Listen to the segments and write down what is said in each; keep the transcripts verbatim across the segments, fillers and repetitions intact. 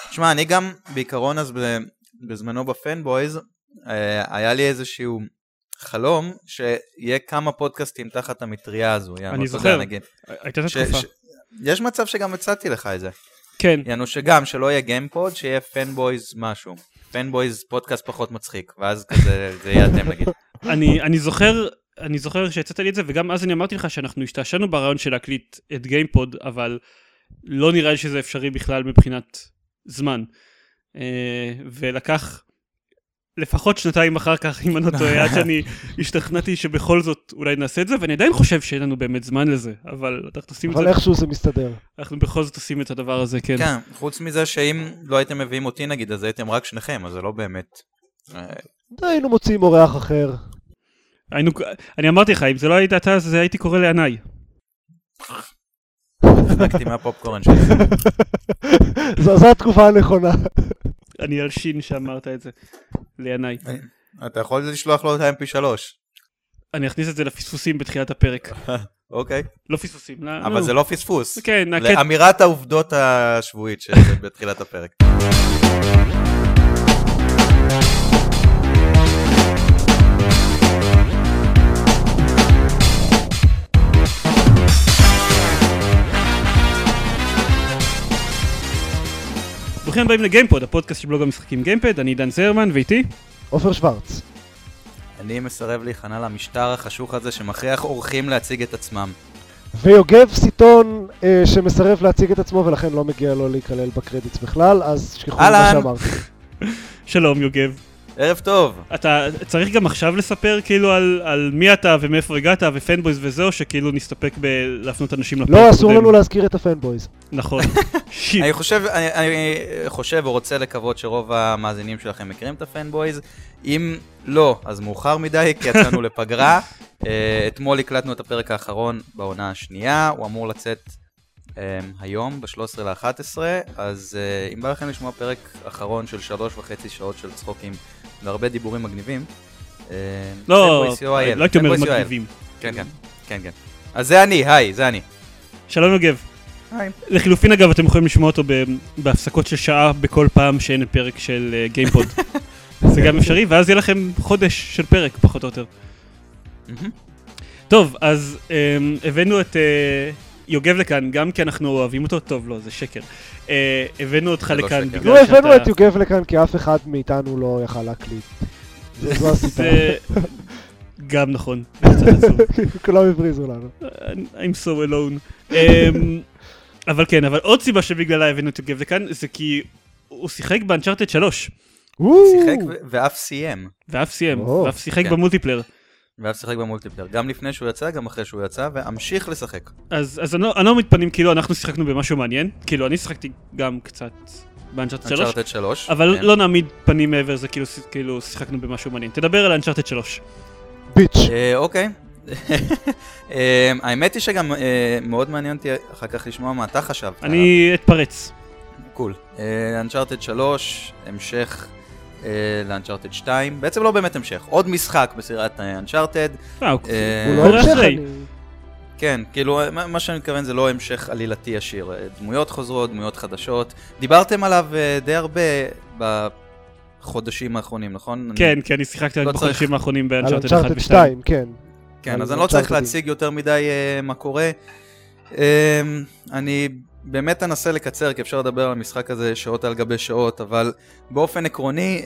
תשמע, אני גם בעיקרון אז בזמנו בפנבויז, היה לי איזשהו חלום שיהיה כמה פודקאסטים תחת המטריה הזו. אני זוכר, הייתה תקופה. יש מצב שגם הצעתי לך את זה. כן. יענו שגם, שלא יהיה גיימפוד, שיהיה פנבויז משהו. פנבויז פודקאסט פחות מצחיק, ואז כזה, זה יהיה אתם נגיד. אני, אני זוכר, אני זוכר שהצעת לי את זה, וגם אז אני אמרתי לך שאנחנו השתעשענו ברעיון של להקליט את גיימפוד, אבל לא נראה לי שזה אפשרי בכלל מבחינת זמן. ולקח לפחות שנתיים אחר כך, אם אני טועה, עד שאני השתכנעתי שבכל זאת אולי נעשה את זה, ואני עדיין חושב שאין לנו באמת זמן לזה, אבל אנחנו עושים את זה. אבל איכשהו זה מסתדר. אנחנו בכל זאת עושים את הדבר הזה, כן. כן, חוץ מזה שאם לא הייתם מביאים אותי נגיד, אז הייתם רק שניכם, אז זה לא באמת. היינו מוצאים אורח אחר. היינו, אני אמרתי לך, אם זה לא היית אתה, אז הייתי קורא לעיניי. הפנקתי מהפופקורן שלי. זו התקופה הנכונה. אני על שין שאמרת את זה, לעיניי. אתה יכול לשלוח לו את ה-אם פי שלוש. אני אכניס את זה לפספוסים בתחילת הפרק. אוקיי. לא פספוסים. אבל זה לא פספוס. כן. לאמירת העובדות השבועית שבתחילת הפרק. ברוכים הבאים לגיימפוד, הפודקאסט של בלוג המשחקים גיימפד. אני דן זרמן, ואיתי עופר שוורץ. אני מסרב להיכנע למשטר החשוך הזה שמכריח אורחים להציג את עצמם. ויוגב סיטון אה, שמסרב להציג את עצמו ולכן לא מגיע לו להיכלל בקרדיטס בכלל, אז שכחו מה שאמרתי. שלום יוגב. ערב טוב. אתה צריך גם עכשיו לספר כאילו על, על מי אתה ומאיפה הגעת ופנבויז וזהו, שכאילו נסתפק בלהפנות אנשים לפרק. לא, אסור לנו להזכיר את הפנבויז. נכון. אני חושב, אני, אני חושב ורוצה לקוות שרוב המאזינים שלכם מכירים את הפנבויז. אם לא, אז מאוחר מדי, כי יצאנו לפגרה. אתמול הקלטנו את הפרק האחרון בעונה השנייה, הוא אמור לצאת היום ב-שלוש עשרה לאחת עשרה, אז אם בא לכם לשמוע פרק אחרון של שלוש וחצי שעות של צחוקים והרבה דיבורים מגניבים, לא, לא הייתי אומר מגניבים. כן, כן, כן, כן. אז זה אני, היי, זה אני. שלום יוגב. היי. לחילופין אגב, אתם יכולים לשמוע אותו בהפסקות של שעה בכל פעם שאין פרק של גיימפוד. זה גם אפשרי, ואז יהיה לכם חודש של פרק, פחות או יותר. טוב, אז הבאנו את יוגב לכאן, גם כי אנחנו אוהבים אותו, טוב, לא, זה שקר. הבאנו אותך לכאן בגלל שאתה... לא הבאנו את יוגב לכאן כי אף אחד מאיתנו לא יכל להקליט. זו הסיבה. גם נכון. כולם הבריזו לנו. I'm so alone. אבל כן, אבל עוד סיבה שבגללה הבאנו את יוגב לכאן, זה כי הוא שיחק באנצ'ארטד שלוש. שיחק ואף סיים. ואף סיים, ואף שיחק במולטיפלר. ואף שיחק במולטיפלר, גם לפני שהוא יצא, גם אחרי שהוא יצא, ואמשיך לשחק. אז, אז אני, אני לא מתפנים, כאילו, אנחנו שיחקנו במשהו מעניין, כאילו, אני שיחקתי גם קצת באנצ'ארטד שלוש, אנצ'ארטד שלוש, אבל כן. לא נעמיד פנים מעבר, זה כאילו, כאילו, שיחקנו במשהו מעניין. תדבר על אנצ'ארטד שלוש. ביץ'. אה, אוקיי. אה, האמת היא שגם אה, מאוד מעניין אותי אחר כך לשמוע מה אתה חשבת. אני אתפרץ. קול. אנצ'ארטד שלוש, המשך... לאנצ'ארטד שתיים, בעצם לא באמת המשך, עוד משחק בסדרת אנצ'ארטד. הוא לא המשך, אני... כן, כאילו, מה שאני מתכוון זה לא המשך עלילתי ישיר, דמויות חוזרות, דמויות חדשות. דיברתם עליו די הרבה בחודשים האחרונים, נכון? כן, כי אני שיחקתי בחודשים האחרונים באנצ'ארטד אחת ושתיים. שתיים, כן. כן, אז אני לא צריך להציג יותר מדי מה קורה. אני... באמת אנסה לקצר, כי אפשר לדבר על המשחק הזה שעות על גבי שעות, אבל באופן עקרוני,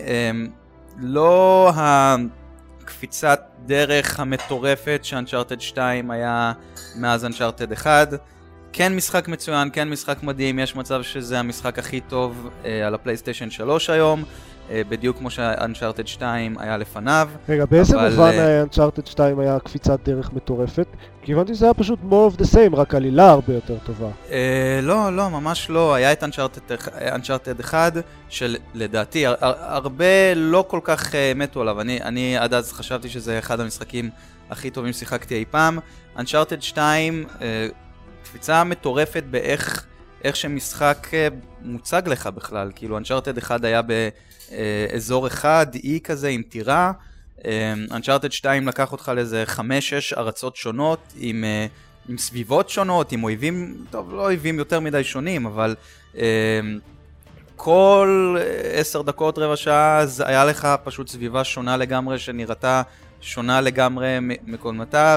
לא הקפיצת דרך המטורפת שאנצ'ארטד שתיים היה מאז אנצ'ארטד אחד. כן משחק מצוין, כן משחק מדהים, יש מצב שזה המשחק הכי טוב על הפלייסטיישן שלוש היום, בדיוק כמו שאנצ'ארטד שתיים היה לפניו. רגע, באיזה מובן אנצ'ארטד שתיים היה קפיצת דרך מטורפת? כי הבנתי שזה היה פשוט more of the same, רק עלילה הרבה יותר טובה. לא, לא, ממש לא. היה את אנצ'ארטד אחד, שלדעתי הרבה לא כל כך מתו עליו. אני עד אז חשבתי שזה אחד המשחקים הכי טובים ששיחקתי אי פעם. אנצ'ארטד שתיים, קפיצה מטורפת באיך איך שמשחק מוצג לך בכלל. כאילו אנצ'ארטד אחד היה באזור אחד, אי כזה עם טירה. אנצ'ארטד שתיים לקח אותך לאיזה חמש שש ארצות שונות, עם, עם סביבות שונות, עם אויבים, טוב, לא אויבים יותר מדי שונים, אבל כל עשר דקות, רבע שעה, אז היה לך פשוט סביבה שונה לגמרי, שנראתה שונה לגמרי מקודמתה,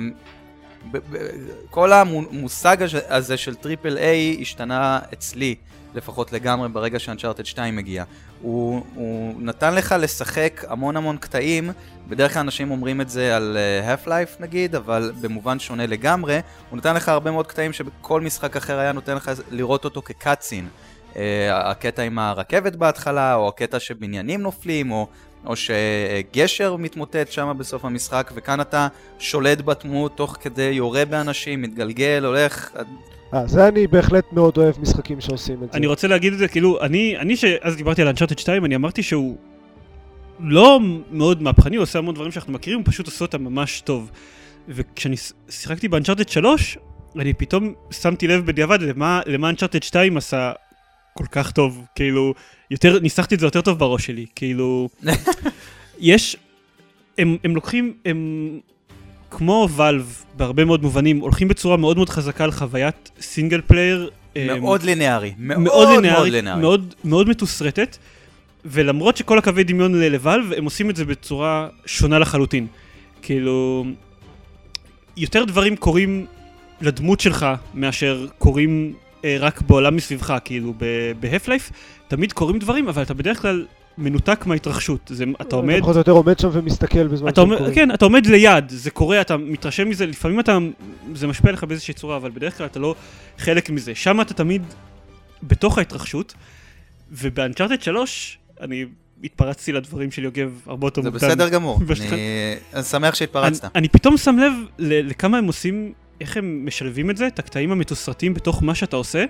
וכל המושג הזה של טריפל איי השתנה אצלי, לפחות לגמרי ברגע שאנצ'ארטד שתיים מגיע. הוא, הוא נתן לך לשחק המון המון קטעים, בדרך כלל אנשים אומרים את זה על uh, Half-Life נגיד, אבל במובן שונה לגמרי, הוא נתן לך הרבה מאוד קטעים שבכל משחק אחר היה נותן לך לראות אותו כקאצין. Uh, הקטע עם הרכבת בהתחלה, או הקטע שבניינים נופלים, או, או שגשר מתמוטט שם בסוף המשחק, וכאן אתה שולט בתמות תוך כדי יורה באנשים, מתגלגל, הולך... אה, זה אני בהחלט מאוד אוהב משחקים שעושים את זה. אני רוצה להגיד את זה, כאילו, אני, אני שאז דיברתי על Uncharted שתיים, אני אמרתי שהוא לא מאוד מהפכני, הוא עושה המון דברים שאנחנו מכירים, הוא פשוט עושה אותם ממש טוב. וכשאני שיחקתי ב-Uncharted שלוש, אני פתאום שמתי לב בדיעבד למה, למה Uncharted שתיים עשה כל כך טוב, כאילו, יותר, ניסחתי את זה יותר טוב בראש שלי, כאילו, יש, הם, הם לוקחים, הם... כמו ואלב, בהרבה מאוד מובנים, הולכים בצורה מאוד מאוד חזקה על חוויית סינגל פלייר. מאוד לינארי. מאוד לינארי. מאוד, מאוד מתוסרטת. ולמרות שכל הקווי דמיון לוואלב, הם עושים את זה בצורה שונה לחלוטין. כאילו, יותר דברים קורים לדמות שלך, מאשר קורים אה, רק בעולם מסביבך. כאילו, בהפלייף, תמיד קורים דברים, אבל אתה בדרך כלל... מנותק מההתרחשות, זה, אתה עומד... אתה יותר עומד שם ומסתכל בזמן שהם קוראים. כן, אתה עומד ליד, זה קורה, אתה מתרשם מזה, לפעמים אתה, זה משפיע לך באיזושהי צורה, אבל בדרך כלל אתה לא חלק מזה. שם אתה תמיד בתוך ההתרחשות, ובאנצ'ארטד שלוש, אני התפרצתי לדברים של יוגב הרבה יותר מוקדם. זה בסדר גמור, אני שמח שהתפרצת. אני, אני פתאום שם לב לכמה הם עושים, איך הם משלבים את זה, את הקטעים המתוסרטים בתוך מה שאתה עושה,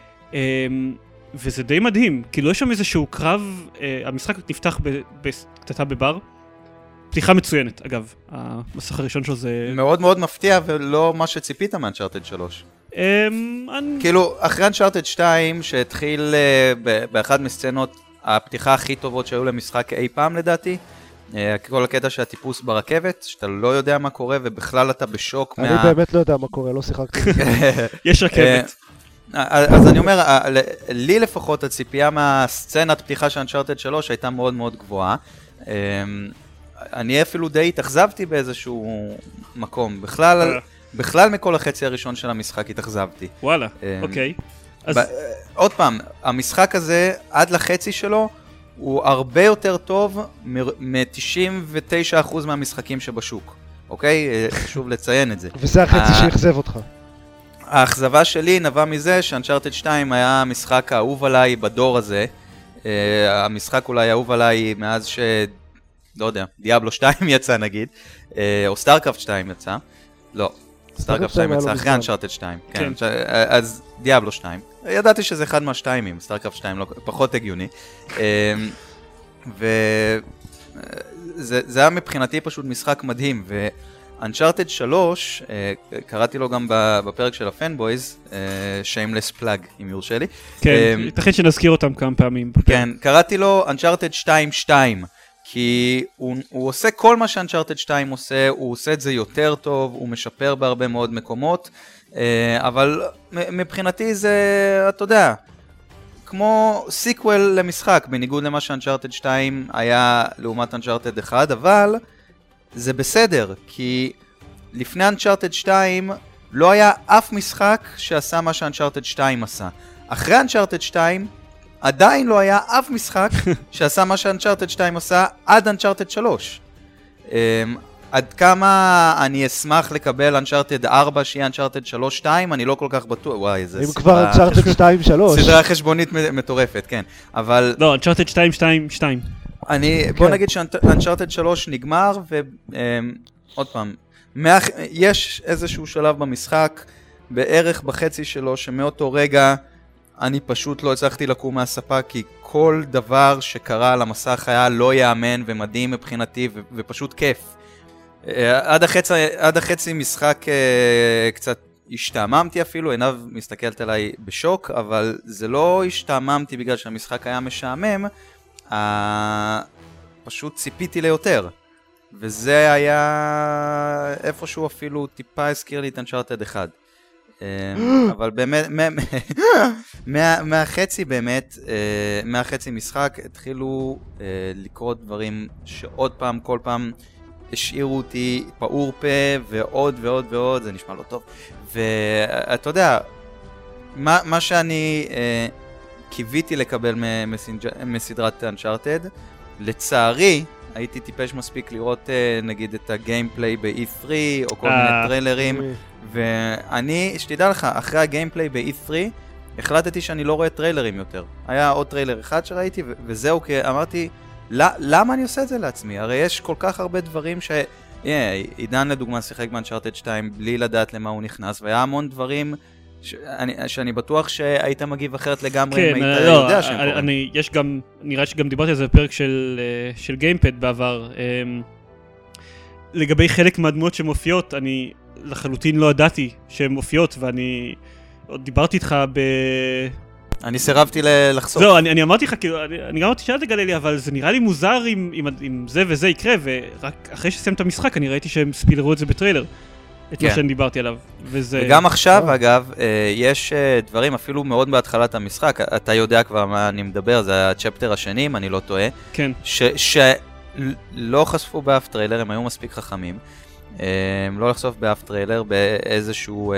וזה די מדהים, כאילו יש שם איזשהו קרב, אה, המשחק נפתח בקטטה בבר, פתיחה מצוינת, אגב, המסך הראשון שלו זה... מאוד מאוד מפתיע ולא מה שציפית מאנצ'ארטד שלוש. אה, אני... כאילו, אחרי אנצ'ארטד שתיים, שהתחיל אה, באחד מסצנות הפתיחה הכי טובות שהיו למשחק אי פעם לדעתי, אה, כל הקטע של הטיפוס ברכבת, שאתה לא יודע מה קורה ובכלל אתה בשוק אני מה... אני באמת לא יודע מה קורה, לא שיחקתי. יש רכבת. אז אני אומר, לי לפחות הציפייה מהסצנת פתיחה של אנצ'ארטד שלוש הייתה מאוד מאוד גבוהה. אני אפילו די התאכזבתי באיזשהו מקום. בכלל, בכלל מכל החצי הראשון של המשחק התאכזבתי. וואלה, אוקיי. עוד פעם, המשחק הזה עד לחצי שלו הוא הרבה יותר טוב מ-תשעים ותשעה אחוז מהמשחקים שבשוק. אוקיי? חשוב לציין את זה. וזה החצי שאכזב אותך. האכזבה שלי נבע מזה שאנצ'ארטד שתיים היה המשחק האהוב עליי בדור הזה. Uh, המשחק אולי האהוב עליי מאז ש... לא יודע, דיאבלו שתיים יצא נגיד, uh, או סטארקראפט שתיים יצא. לא, סטארקראפט שתיים יצא אחרי אנצ'ארטד שתיים. כן. כן. אז דיאבלו שתיים. ידעתי שזה אחד מהשתיימים, סטארקראפט שתיים לא... פחות הגיוני. Uh, וזה היה מבחינתי פשוט משחק מדהים, ו... Uncharted שלוש, קראתי לו גם בפרק של הפנבויז, Shameless Plug, אם יורשה לי. כן, ייתכן שנזכיר אותם כמה פעמים. כן, קראתי לו Uncharted שתיים שתיים, כי הוא, הוא עושה כל מה ש-Uncharted שתיים עושה, הוא עושה את זה יותר טוב, הוא משפר בהרבה מאוד מקומות, אבל מבחינתי זה, אתה יודע, כמו סיקוול למשחק, בניגוד למה ש-Uncharted שתיים היה לעומת Uncharted אחד, אבל... זה בסדר, כי לפני Uncharted שתיים לא היה אף משחק שעשה מה ש-Uncharted שתיים עשה. אחרי Uncharted שתיים עדיין לא היה אף משחק שעשה מה ש-Uncharted שתיים עשה עד Uncharted שלוש. Um, עד כמה אני אשמח לקבל Uncharted ארבע שיהיה Uncharted שלוש שתיים, אני לא כל כך בטוח. וואי, זה אם כבר Uncharted שתיים שלוש. סדרה חשבונית מטורפת, כן. אבל... לא, Uncharted שתיים שתיים שתיים. אני, בוא נגיד שאנצ'ארטד שלוש נגמר, ועוד פעם, יש איזשהו שלב במשחק, בערך בחצי שלו, שמאותו רגע אני פשוט לא הצלחתי לקום מהספה, כי כל דבר שקרה על המסך היה לא יאמן ומדהים מבחינתי, ופשוט כיף. עד החצי, עד החצי משחק קצת השתעממתי אפילו, עיניו מסתכלת עליי בשוק, אבל זה לא השתעממתי בגלל שהמשחק היה משעמם, Uh, פשוט ציפיתי ליותר, וזה היה איפשהו אפילו טיפה הזכיר לי את אנצ'ארטד אחד. אבל באמת, מהחצי באמת, מהחצי משחק התחילו לקרות דברים שעוד פעם, כל פעם השאירו אותי פעור פה ועוד ועוד ועוד, זה נשמע לא טוב. ואתה יודע, מה שאני קיוויתי לקבל מסדרת Uncharted, לצערי, הייתי טיפש מספיק לראות נגיד את הגיימפליי ב-אי תרי או כל מיני טריילרים, ואני, שתדע לך, אחרי הגיימפליי ב-אי תרי החלטתי שאני לא רואה טריילרים יותר. היה עוד טריילר אחד שראיתי וזהו, כי אמרתי, למה אני עושה את זה לעצמי? הרי יש כל כך הרבה דברים ש... עידן לדוגמה שיחק ב-Uncharted שתיים בלי לדעת למה הוא נכנס, והיה המון דברים שאני, שאני בטוח שהיית מגיב אחרת לגמרי כן, אם היית לא, יודע שהם אני, קוראים. אני, יש גם, נראה שגם דיברתי על זה בפרק של, של גיימפד בעבר. לגבי חלק מהדמויות שמופיעות, אני לחלוטין לא ידעתי שהן מופיעות, ואני עוד דיברתי איתך ב... אני סירבתי ל- לחשוף. לא, אני, אני אמרתי לך, כאילו, אני, אני גם אמרתי שאל תגלה לי, אבל זה נראה לי מוזר אם, אם, אם זה וזה יקרה, ורק אחרי שסיים את המשחק אני ראיתי שהם ספילרו את זה בטריילר. את כן. מה שאני דיברתי עליו. וזה... וגם עכשיו, אגב, יש דברים אפילו מאוד בהתחלת המשחק, אתה יודע כבר מה אני מדבר, זה הצ'פטר השני, אם אני לא טועה. כן. שלא חשפו באף טריילר, הם היו מספיק חכמים. לא לחשוף באף טריילר, באיזשהו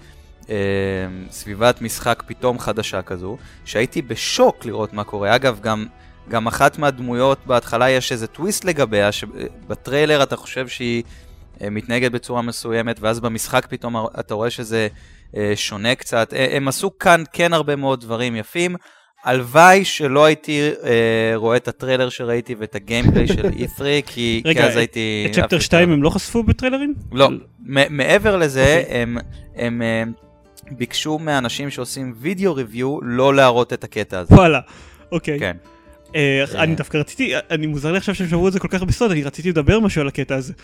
סביבת משחק פתאום חדשה כזו, שהייתי בשוק לראות מה קורה. אגב, גם... גם אחת מהדמויות בהתחלה יש איזה טוויסט לגביה, שבטריילר אתה חושב שהיא מתנהגת בצורה מסוימת, ואז במשחק פתאום אתה רואה שזה שונה קצת. הם עשו כאן כן הרבה מאוד דברים יפים, הלוואי שלא הייתי רואה את הטריילר שראיתי ואת הגיימפליי של אי תרי, כי אז הייתי... את צ'פטר שתיים הם לא חשפו בטריילרים? לא, מעבר לזה, הם ביקשו מאנשים שעושים וידאו ריוויו לא להראות את הקטע הזה. וואלה, אוקיי. כן. אני דווקא רציתי, אני מוזר לי עכשיו שהם שמעו את זה כל כך בסוד, אני רציתי לדבר משהו על הקטע הזה.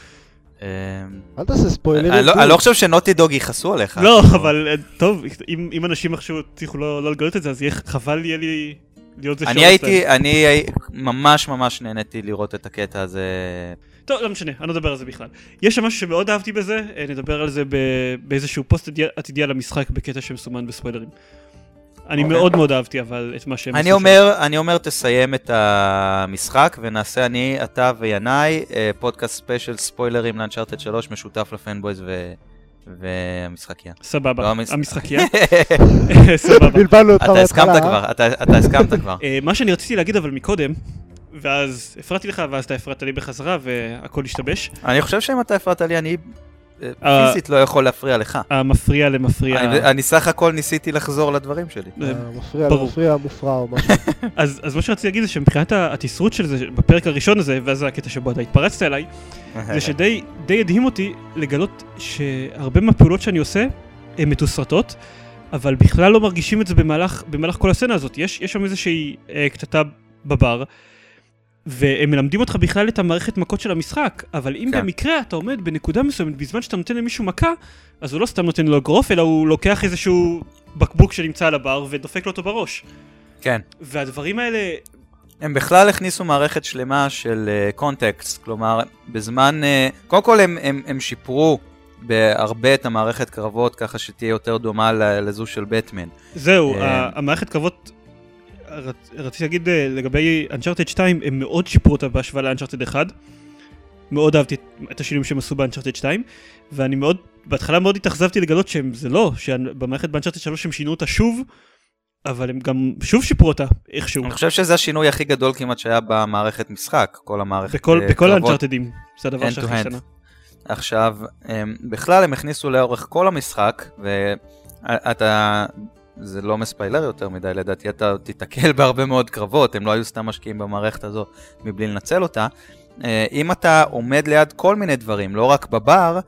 אל תעשה ספוילרים. אני לא חושב שנוטי דוג ייחסו עליך. לא, אבל טוב, אם אנשים עכשיו תצליחו לא לגלות את זה, אז חבל יהיה לי להיות זה אני הייתי, אני ממש ממש נהניתי לראות את הקטע הזה. טוב, לא משנה, אני לא אדבר על זה בכלל. יש שם משהו שמאוד אהבתי בזה, נדבר על זה באיזשהו פוסט עתידי על המשחק בקטע שמסומן בספוילרים. אני מאוד מאוד אהבתי אבל את מה שהם אני אומר, אני אומר תסיים את המשחק ונעשה אני, אתה וינאי, פודקאסט ספיישל ספוילרים לאנצ'ארטד שלוש משותף לפנבויז והמשחקיה. סבבה, המשחקיה. סבבה. בלבלנו אותך אתה הסכמת כבר, אתה הסכמת כבר. מה שאני רציתי להגיד אבל מקודם, ואז הפרעתי לך ואז אתה הפרעת לי בחזרה והכל השתבש. אני חושב שאם אתה הפרעת לי אני... פיזית לא יכול להפריע לך. המפריע למפריע. אני סך הכל ניסיתי לחזור לדברים שלי. מפריע למפריע מופרע או משהו. אז מה שרציתי להגיד זה שמבחינת התסרות של זה, בפרק הראשון הזה, ואז זה הקטע שבו אתה התפרצת אליי, זה שדי הדהים אותי לגלות שהרבה מהפעולות שאני עושה הן מתוסרטות, אבל בכלל לא מרגישים את זה במהלך כל הסצנה הזאת. יש שם איזושהי קטטה בבר, והם מלמדים אותך בכלל את המערכת מכות של המשחק, אבל אם כן. במקרה אתה עומד בנקודה מסוימת, בזמן שאתה נותן למישהו מכה, אז הוא לא סתם נותן לו אגרוף, אלא הוא לוקח איזשהו בקבוק שנמצא על הבר ודופק לו אותו בראש. כן. והדברים האלה... הם בכלל הכניסו מערכת שלמה של קונטקסט, uh, כלומר, בזמן... Uh, קודם כל הם, הם, הם שיפרו בהרבה את המערכת קרבות, ככה שתהיה יותר דומה לזו של בטמן. זהו, המערכת קרבות... רציתי להגיד לגבי Uncharted שתיים, הם מאוד שיפרו אותה בהשוואה ל-Uncharted אחד. מאוד אהבתי את השינויים שהם עשו ב-Uncharted שתיים, ואני מאוד, בהתחלה מאוד התאכזבתי לגלות שהם זה לא, שבמערכת ב-Uncharted שלוש הם שינו אותה שוב, אבל הם גם שוב שיפרו אותה איכשהו. אני חושב שזה השינוי הכי גדול כמעט שהיה במערכת משחק, כל המערכת בכל, בכל ה-Uncharted'ים, זה הדבר שהכי שנה. עכשיו, בכלל הם הכניסו לאורך כל המשחק, ואתה... זה לא מספיילר יותר מדי, לדעתי אתה תתקל בהרבה מאוד קרבות, הם לא היו סתם משקיעים במערכת הזו מבלי לנצל אותה. אם אתה עומד ליד כל מיני דברים, לא רק בבר,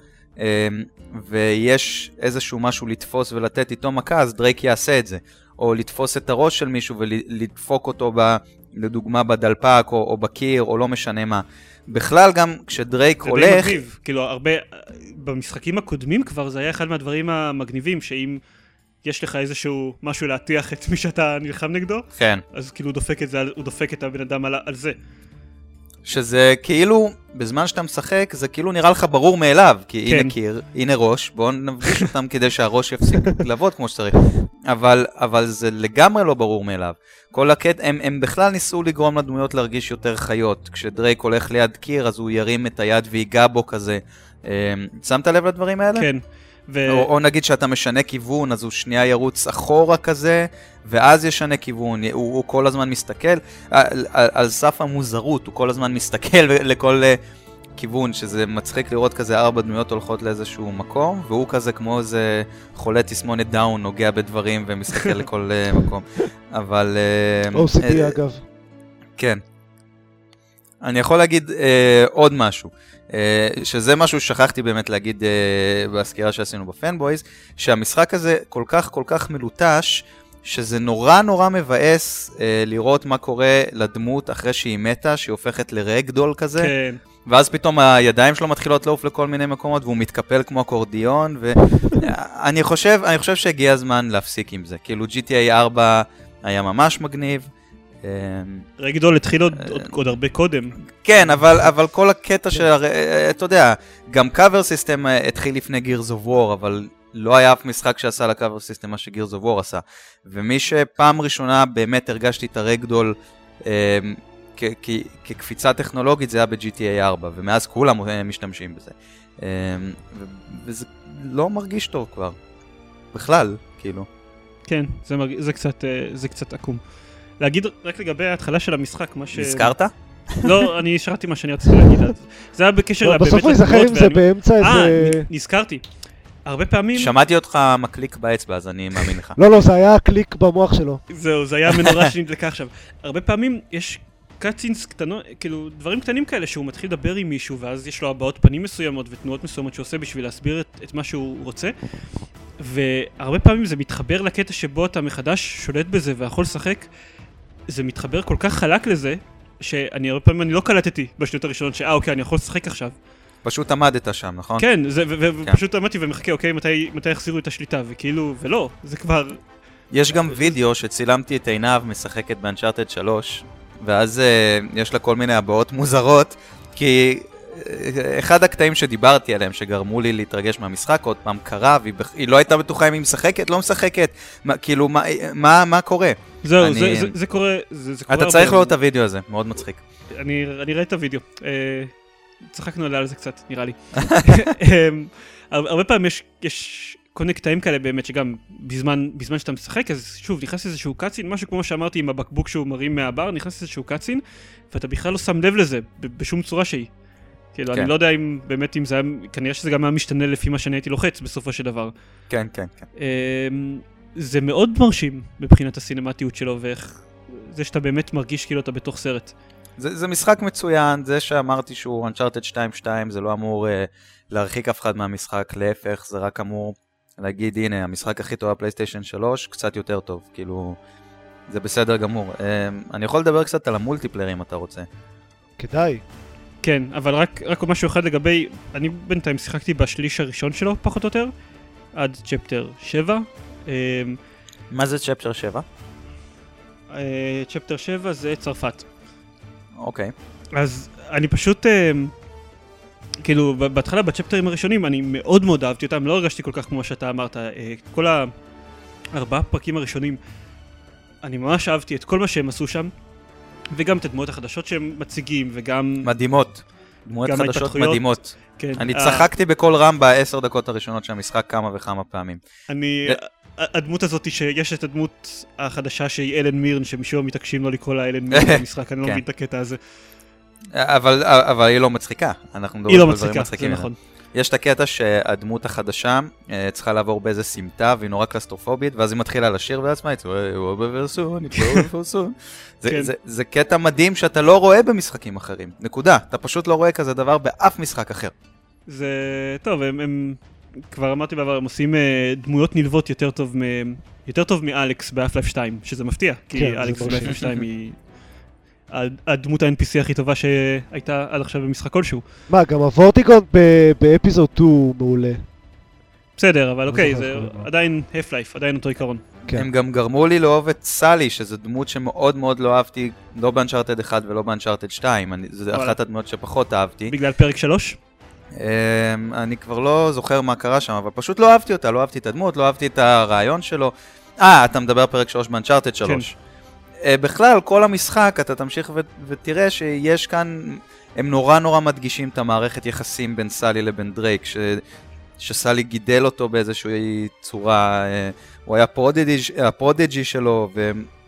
ויש איזשהו משהו לתפוס ולתת איתו מכה, אז דרייק יעשה את זה. או לתפוס את הראש של מישהו ולדפוק אותו, ב, לדוגמה בדלפק או, או בקיר, או לא משנה מה. בכלל גם כשדרייק הולך... זה די מגניב, כאילו הרבה, במשחקים הקודמים כבר זה היה אחד מהדברים המגניבים, שאם... יש לך איזשהו משהו להטיח את מי שאתה נלחם נגדו, כן. אז כאילו הוא דופק את זה, הוא דופק את הבן אדם על, על זה. שזה כאילו, בזמן שאתה משחק, זה כאילו נראה לך ברור מאליו, כי כן. הנה קיר, הנה ראש, בואו נפגיש אותם כדי שהראש יפסיק לעבוד כמו שצריך. אבל, אבל זה לגמרי לא ברור מאליו. כל הקטע, הם, הם בכלל ניסו לגרום לדמויות להרגיש יותר חיות. כשדרייק הולך ליד קיר, אז הוא ירים את היד ויגע בו כזה. שמת לב לדברים האלה? כן. ו... או, או נגיד שאתה משנה כיוון, אז הוא שנייה ירוץ אחורה כזה, ואז ישנה כיוון, הוא, הוא כל הזמן מסתכל, על, על, על סף המוזרות, הוא כל הזמן מסתכל לכל uh, כיוון, שזה מצחיק לראות כזה ארבע דמויות הולכות לאיזשהו מקום, והוא כזה כמו איזה חולה תסמונת דאון, נוגע בדברים ומסתכל לכל uh, מקום. אבל... Uh, או סי די uh, אגב. כן. אני יכול להגיד uh, עוד משהו. Uh, שזה משהו ששכחתי באמת להגיד uh, בסקירה שעשינו בפנבויז, שהמשחק הזה כל כך כל כך מלוטש, שזה נורא נורא מבאס uh, לראות מה קורה לדמות אחרי שהיא מתה, שהיא הופכת לרגדול כזה, כן. ואז פתאום הידיים שלו מתחילות לעוף לכל מיני מקומות, והוא מתקפל כמו אקורדיון, ואני חושב, אני חושב שהגיע הזמן להפסיק עם זה, כאילו ג'י טי איי ארבע היה ממש מגניב, רגדול התחיל עוד, עוד, עוד הרבה קודם. כן, אבל, אבל כל הקטע של, אתה יודע, גם קאבר סיסטם התחיל לפני Gears of War, אבל לא היה אף משחק שעשה לקאבר סיסטם מה ש-Gears of War עשה. ומי שפעם ראשונה באמת הרגשתי את הרגדול אה, כ- כ- כקפיצה טכנולוגית, זה היה ב-ג'י טי איי ארבע, ומאז כולם משתמשים בזה. אה, ו- וזה לא מרגיש טוב כבר. בכלל, כאילו. כן, זה, מרג... זה, קצת, זה קצת עקום. להגיד רק לגבי ההתחלה של המשחק, מה ש... נזכרת? לא, אני שרתי מה שאני רציתי להגיד. זה היה בקשר לבאמת בסוף הוא יזכר אם זה באמצע איזה... אה, נזכרתי. הרבה פעמים... שמעתי אותך מקליק באצבע, אז אני מאמין לך. לא, לא, זה היה קליק במוח שלו. זהו, זה היה מנורה שנדלקה עכשיו. הרבה פעמים יש קאצינס קטנות, כאילו דברים קטנים כאלה שהוא מתחיל לדבר עם מישהו, ואז יש לו הבעות פנים מסוימות ותנועות מסוימות שהוא עושה בשביל להסביר את, את מה שהוא רוצה. והרבה פעמים זה מתחבר לקטע שבו אתה מחדש שולט בזה ויכול לשחק. זה מתחבר כל כך חלק לזה, שאני הרבה פעמים אני לא קלטתי בשניות הראשונות שאה אוקיי, אני יכול לשחק עכשיו. פשוט עמדת שם, נכון? כן, ופשוט עמדתי ומחכה, אוקיי, מתי יחזירו את השליטה, וכאילו, ולא, זה כבר... יש גם וידאו שצילמתי את עינב משחקת באנצ'ארטד שלוש, ואז יש לה כל מיני הבעות מוזרות, כי אחד הקטעים שדיברתי עליהם, שגרמו לי להתרגש מהמשחק, עוד פעם קרה, והיא לא הייתה בטוחה אם היא משחקת, לא משחקת, כאילו, מה קורה? זהו, זה קורה... אתה צריך לראות את הוידאו הזה, מאוד מצחיק. אני ראיתי את הוידאו. צחקנו עליה על זה קצת, נראה לי. הרבה פעמים יש כל מיני קטעים כאלה באמת, שגם בזמן שאתה משחק, אז שוב, נכנס איזשהו קאצין, משהו כמו שאמרתי עם הבקבוק שהוא מרים מהבר, נכנס איזשהו קאצין, ואתה בכלל לא שם לב לזה, בשום צורה שהיא. כאילו, אני לא יודע אם באמת אם זה היה, כנראה שזה גם היה משתנה לפי מה שאני הייתי לוחץ בסופו של דבר. כן, כן, כן. זה מאוד מרשים מבחינת הסינמטיות שלו, ואיך זה שאתה באמת מרגיש כאילו אתה בתוך סרט. זה, זה משחק מצוין, זה שאמרתי שהוא Uncharted שתיים שתיים, זה לא אמור uh, להרחיק אף אחד מהמשחק, להפך, זה רק אמור להגיד, הנה, המשחק הכי טוב הפלייסטיישן שלוש, קצת יותר טוב, כאילו, זה בסדר גמור. Uh, אני יכול לדבר קצת על המולטיפלייר אם אתה רוצה. כדאי. כן, אבל רק, רק משהו אחד לגבי, אני בינתיים שיחקתי בשליש הראשון שלו, פחות או יותר, עד צ'פטר שבע. מה זה צ'פטר שבע? צ'פטר שבע זה צרפת. אוקיי. אז אני פשוט, כאילו, בהתחלה בצ'פטרים הראשונים, אני מאוד מאוד אהבתי אותם, לא הרגשתי כל כך כמו שאתה אמרת, כל הארבעה פרקים הראשונים, אני ממש אהבתי את כל מה שהם עשו שם, וגם את הדמויות החדשות שהם מציגים, וגם... מדהימות. דמויות חדשות מדהימות. כן. אני צחקתי בכל רם בעשר דקות הראשונות של המשחק כמה וכמה פעמים. אני... הדמות הזאת שיש את הדמות החדשה שהיא אלן מירן, שמשום מתעקשים לא לקרוא לה אלן מירן במשחק, אני לא מבין את הקטע הזה. אבל, אבל היא לא מצחיקה. אנחנו מדברים היא לא מצחיקה, זה נכון. יש את הקטע שהדמות החדשה צריכה לעבור באיזה סמטה, והיא נורא קלסטרופובית, ואז היא מתחילה לשיר בעצמה, זה קטע מדהים שאתה לא רואה במשחקים אחרים, נקודה. אתה פשוט לא רואה כזה דבר באף משחק אחר. זה טוב, הם כבר אמרתי בעבר, הם עושים דמויות נלוות יותר טוב יותר טוב מאלכס באף-לייף שתיים, שזה מפתיע, כי אלכס באף-לייף שתיים היא הדמות ה-אן פי סי הכי טובה שהייתה עד עכשיו במשחק כלשהו. מה, גם הוורטיגון באפיזוד שתיים הוא מעולה. בסדר, אבל אוקיי, זה עדיין Half-Life, עדיין אותו עיקרון. כן. הם גם גרמו לי לאהוב את סלי, שזו דמות שמאוד מאוד לא אהבתי, לא באנצ'ארטד אחד ולא באנצ'ארטד שתיים, אני, זו אחת הדמות שפחות אהבתי. בגלל פרק שלוש? אני כבר לא זוכר מה קרה שם, אבל פשוט לא אהבתי אותה, לא אהבתי את הדמות, לא אהבתי את הרעיון שלו. אה, אתה מדבר פרק שלוש באנצ'ארטד שלוש. כן. בכלל, כל המשחק, אתה תמשיך ו- ותראה שיש כאן, הם נורא נורא מדגישים את המערכת יחסים בין סלי לבין דרייק, ש... שסלי גידל אותו באיזושהי צורה, הוא היה פרודג'י, הפרודג'י שלו, ו...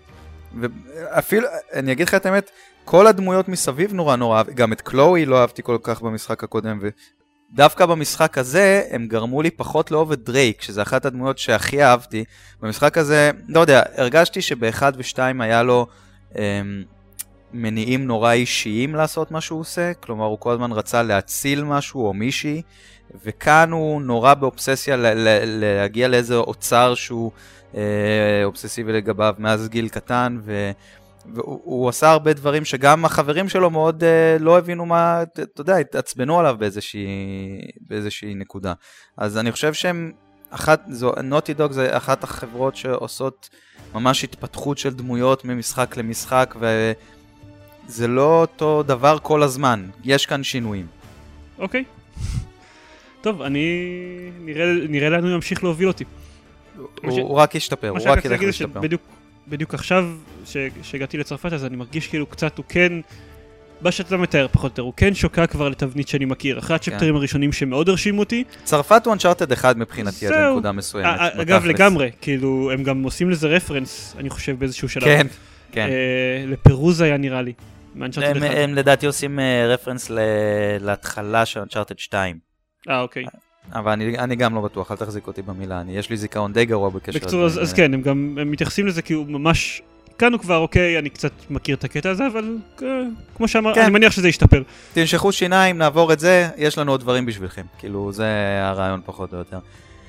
ואפילו, אני אגיד לך את האמת, כל הדמויות מסביב נורא נורא, גם את קלואי לא אהבתי כל כך במשחק הקודם, ודווקא במשחק הזה הם גרמו לי פחות לאהוב את דרייק, שזה אחת הדמויות שהכי אהבתי. במשחק הזה, לא יודע, הרגשתי שבאחד ושתיים היה לו אמ, מניעים נורא אישיים לעשות מה שהוא עושה, כלומר הוא כל הזמן רצה להציל משהו או מישהי, וכאן הוא נורא באובססיה ל- ל- להגיע לאיזה אוצר שהוא אה, אובססיבי לגביו מאז גיל קטן, ו... והוא הוא עשה הרבה דברים שגם החברים שלו מאוד uh, לא הבינו מה, אתה יודע, התעצבנו עליו באיזושהי, באיזושהי נקודה. אז אני חושב שהם, אחת, זו, נוטי דוג זה אחת החברות שעושות ממש התפתחות של דמויות ממשחק למשחק, וזה לא אותו דבר כל הזמן, יש כאן שינויים. אוקיי. טוב, אני, נראה, נראה לנו ימשיך להוביל אותי. הוא, ש... הוא רק ישתפר, הוא רק ילך להשתפר. בדיוק, בדיוק עכשיו שהגעתי לצרפת, אז אני מרגיש כאילו קצת, הוא כן, מה שאתה מתאר פחות או יותר, הוא כן שוקע כבר לתבנית שאני מכיר, אחרי הצ'פטרים הראשונים שמאוד הרשימו אותי. צרפת הוא אנצ'ארטד אחד מבחינתי, עד נקודה מסוימת. אגב, לגמרי, כאילו, הם גם עושים לזה רפרנס, אני חושב באיזשהו שלב. כן, כן. לפירוז היה נראה לי, מאנצ'ארטד אחד. הם לדעתי עושים רפרנס להתחלה של אנצ'ארטד שתיים. אה, אוקיי. אבל אני, אני גם לא בטוח, אל תחזיק אותי במילה, אני, יש לי זיכרון די גרוע בקשר. בקצור, אז, אז כן, הם גם הם מתייחסים לזה כי הוא ממש, כאן הוא כבר, אוקיי, אני קצת מכיר את הקטע הזה, אבל כמו שאמר, כן. אני מניח שזה ישתפר. תנשכו שיניים, נעבור את זה, יש לנו עוד דברים בשבילכם, כאילו זה הרעיון פחות או יותר.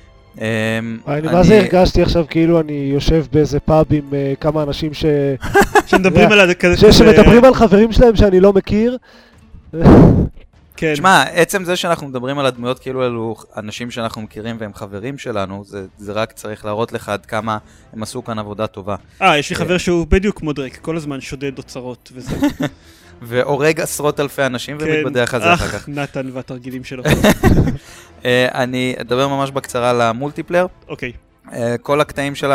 אני מה זה הרגשתי עכשיו, כאילו אני יושב באיזה פאב עם כמה אנשים ש... שמדברים על כזה... שמדברים על חברים שלהם שאני לא מכיר. כן. תשמע, עצם זה שאנחנו מדברים על הדמויות כאילו אלו אנשים שאנחנו מכירים והם חברים שלנו, זה, זה רק צריך להראות לך עד כמה הם עשו כאן עבודה טובה. אה, יש לי חבר שהוא בדיוק כמו דרייק, כל הזמן שודד אוצרות וזה. והורג עשרות אלפי אנשים כן, ומתבדח על זה אחר כך. אח, נתן והתרגילים שלו. אני אדבר ממש בקצרה על המולטיפלר. אוקיי. כל הקטעים של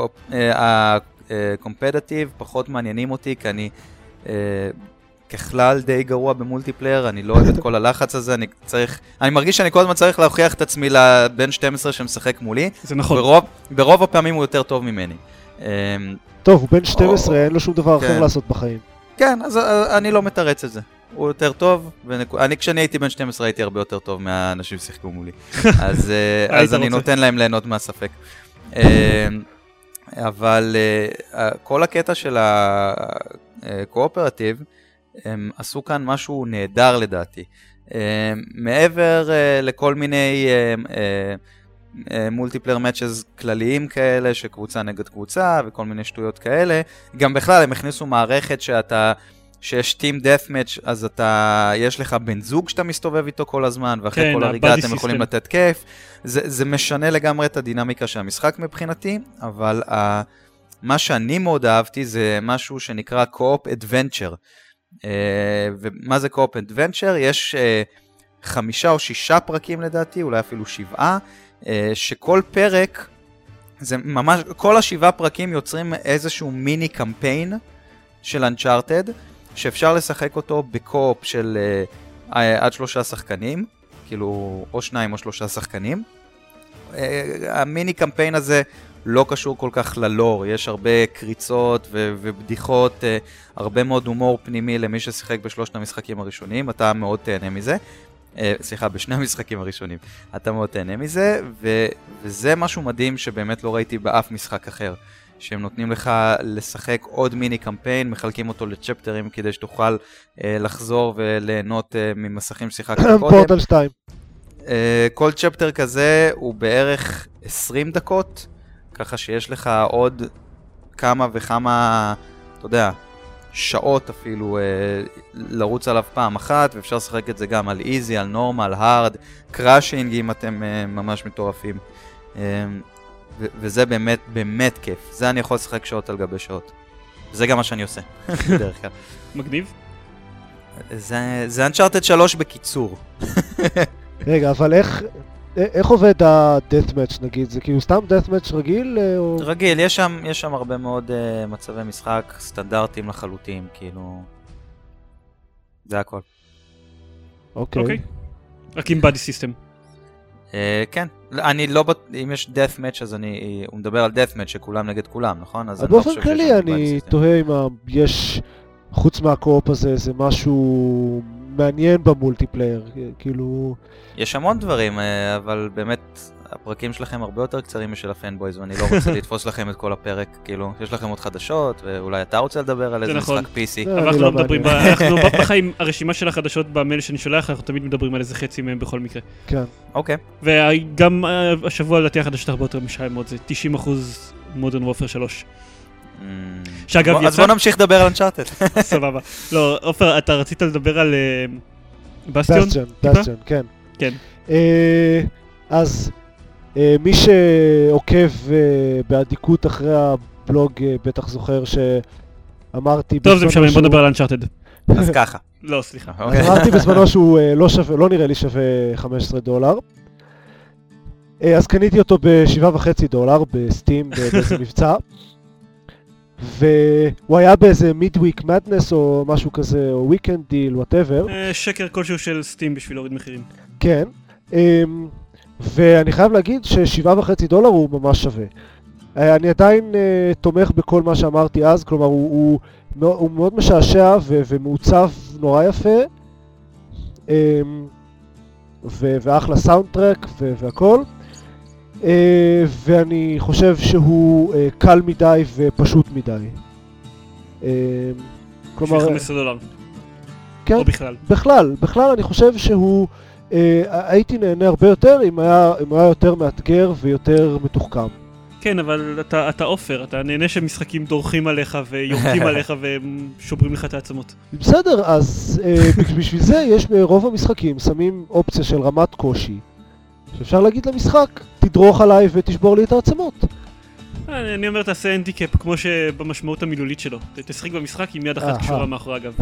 הקומפטטיב פחות מעניינים אותי, כי אני... ככלל די גרוע במולטיפלייר, אני לא אוהב את כל הלחץ הזה, אני צריך, אני מרגיש שאני כל הזמן צריך להוכיח את עצמי לבן שתים עשרה שמשחק מולי. זה נכון. ברוב, ברוב הפעמים הוא יותר טוב ממני. טוב, הוא בן שתים עשרה, אין לו שום דבר אחר לעשות בחיים. כן, אז אני לא מתרץ את זה. הוא יותר טוב, אני כשאני הייתי בן שתים עשרה הייתי הרבה יותר טוב מהאנשים ששיחקו מולי. אז, אז אני נותן להם ליהנות מהספק. אבל כל הקטע של הקואופרטיב, הם עשו כאן משהו נהדר לדעתי. מעבר לכל מיני מולטיפלר מאצ'ז כלליים כאלה, שקבוצה נגד קבוצה וכל מיני שטויות כאלה, גם בכלל הם הכניסו מערכת שאתה, שיש טים דף מאץ' אז אתה, יש לך בן זוג שאתה מסתובב איתו כל הזמן, ואחרי כל הריגה אתם יכולים לתת כיף. זה, זה משנה לגמרי את הדינמיקה של המשחק מבחינתי, אבל ה, מה שאני מאוד אהבתי זה משהו שנקרא קו-אופ אדוונצ'ר. Uh, ומה זה קו-אופ אדוונצ'ר? יש uh, חמישה או שישה פרקים לדעתי, אולי אפילו שבעה, uh, שכל פרק, זה ממש, כל השבעה פרקים יוצרים איזשהו מיני קמפיין של Uncharted, שאפשר לשחק אותו בקו-אופ של uh, uh, עד שלושה שחקנים, כאילו או שניים או שלושה שחקנים. Uh, המיני קמפיין הזה לא קשור כל כך ללור, יש הרבה קריצות ו- ובדיחות, uh, הרבה מאוד הומור פנימי למי ששיחק בשלושת המשחקים הראשונים, אתה מאוד תהנה מזה, uh, סליחה, בשני המשחקים הראשונים, אתה מאוד תהנה מזה, ו- וזה משהו מדהים שבאמת לא ראיתי באף משחק אחר, שהם נותנים לך לשחק עוד מיני קמפיין, מחלקים אותו לצ'פטרים כדי שתוכל uh, לחזור וליהנות uh, ממסכים ששיחקת קודם. פורטל שתיים. Uh, כל צ'פטר כזה הוא בערך עשרים דקות, ככה שיש לך עוד כמה וכמה, אתה יודע, שעות אפילו אה, לרוץ עליו פעם אחת, ואפשר לשחק את זה גם על איזי, על נורמל, הארד, קראשינג אם אתם אה, ממש מטורפים. אה, ו- וזה באמת, באמת כיף. זה אני יכול לשחק שעות על גבי שעות. וזה גם מה שאני עושה, בדרך כלל. מגניב. זה, זה Uncharted שלוש בקיצור. רגע, אבל איך, איך עובד ה-Deathmatch נגיד? זה כאילו סתם Deathmatch רגיל? או... רגיל, יש שם, יש שם הרבה מאוד uh, מצבי משחק סטנדרטיים לחלוטין, כאילו... זה הכל. אוקיי. אוקיי. רק עם body system. Uh, כן, אני לא, אם יש Deathmatch אז אני, הוא מדבר על Deathmatch שכולם נגד כולם, נכון? אז אני לא באופן חושב כללי שיש שם אני body system. תוהה אם ה- יש, חוץ מהקו-אופ הזה, זה משהו מעניין במולטיפלייר, כאילו... יש המון דברים, אה, אבל באמת הפרקים שלכם הרבה יותר קצרים משל הפנבויז, ואני לא רוצה לתפוס לכם את כל הפרק, כאילו, יש לכם עוד חדשות, ואולי אתה רוצה לדבר על איזה נכון. משחק פי סי. לא, אבל אני אנחנו לא לא מדברים, ב- מעניין. אנחנו בחיים, הרשימה של החדשות במייל שאני שולח, אנחנו תמיד מדברים על איזה חצי מהם בכל מקרה. כן. אוקיי. וגם אה, השבוע לדעתי החדשות הרבה יותר משעממות, זה תשעים אחוז מודרן וופר שלוש. Mm. שאגב, בוא- אז יצא- בוא נמשיך לדבר על Uncharted. סבבה. לא, עופר, אתה רצית לדבר על אה, בסטיון? בסטיון, טיפה? בסטיון, כן. כן. אה, אז אה, מי שעוקב אה, באדיקות אחרי הבלוג אה, בטח זוכר שאמרתי... טוב, זה בזמנו משנה, בוא שהוא- נדבר על אנצ'ארטד. אז ככה. לא, סליחה. אז אוקיי. אמרתי בזמנו שהוא אה, לא שווה, לא נראה לי שווה חמישה עשר דולר. אה, אז קניתי אותו ב-שבע וחצי דולר בסטים באיזה מבצע. והוא היה באיזה מידוויק מדנס או משהו כזה, או weekend deal, whatever. אה, שקר כלשהו של סטים בשביל להוריד מחירים. כן. אמ, ואני חייב להגיד ששבעה וחצי דולר הוא ממש שווה. אה, אני עדיין אה, תומך בכל מה שאמרתי אז, כלומר הוא, הוא, מאו- הוא מאוד משעשע ו- ומעוצב נורא יפה. אמ, ו- ואחלה סאונד טרק ו- והכל. אה, ואני חושב שהוא אה, קל מדי ופשוט מדי. אמ, בשביל כלומר, חמישה עשר דולר. כן. או בכלל. בכלל, בכלל אני חושב שהוא, אה, הייתי נהנה הרבה יותר אם היה, אם הוא היה יותר מאתגר ויותר מתוחכם. כן, אבל אתה, אתה עופר, אתה נהנה שמשחקים דורכים עליך ויורקים עליך ושוברים לך את העצמות. בסדר, אז אה, בשביל זה יש ברוב המשחקים, שמים אופציה של רמת קושי, שאפשר להגיד למשחק, תדרוך עליי ותשבור לי את העצמות. אני, אני אומר, תעשה הנדיקאפ כמו שבמשמעות המילולית שלו. ת- תשחק במשחק עם יד אחת אהה. קשורה מאחורי הגב.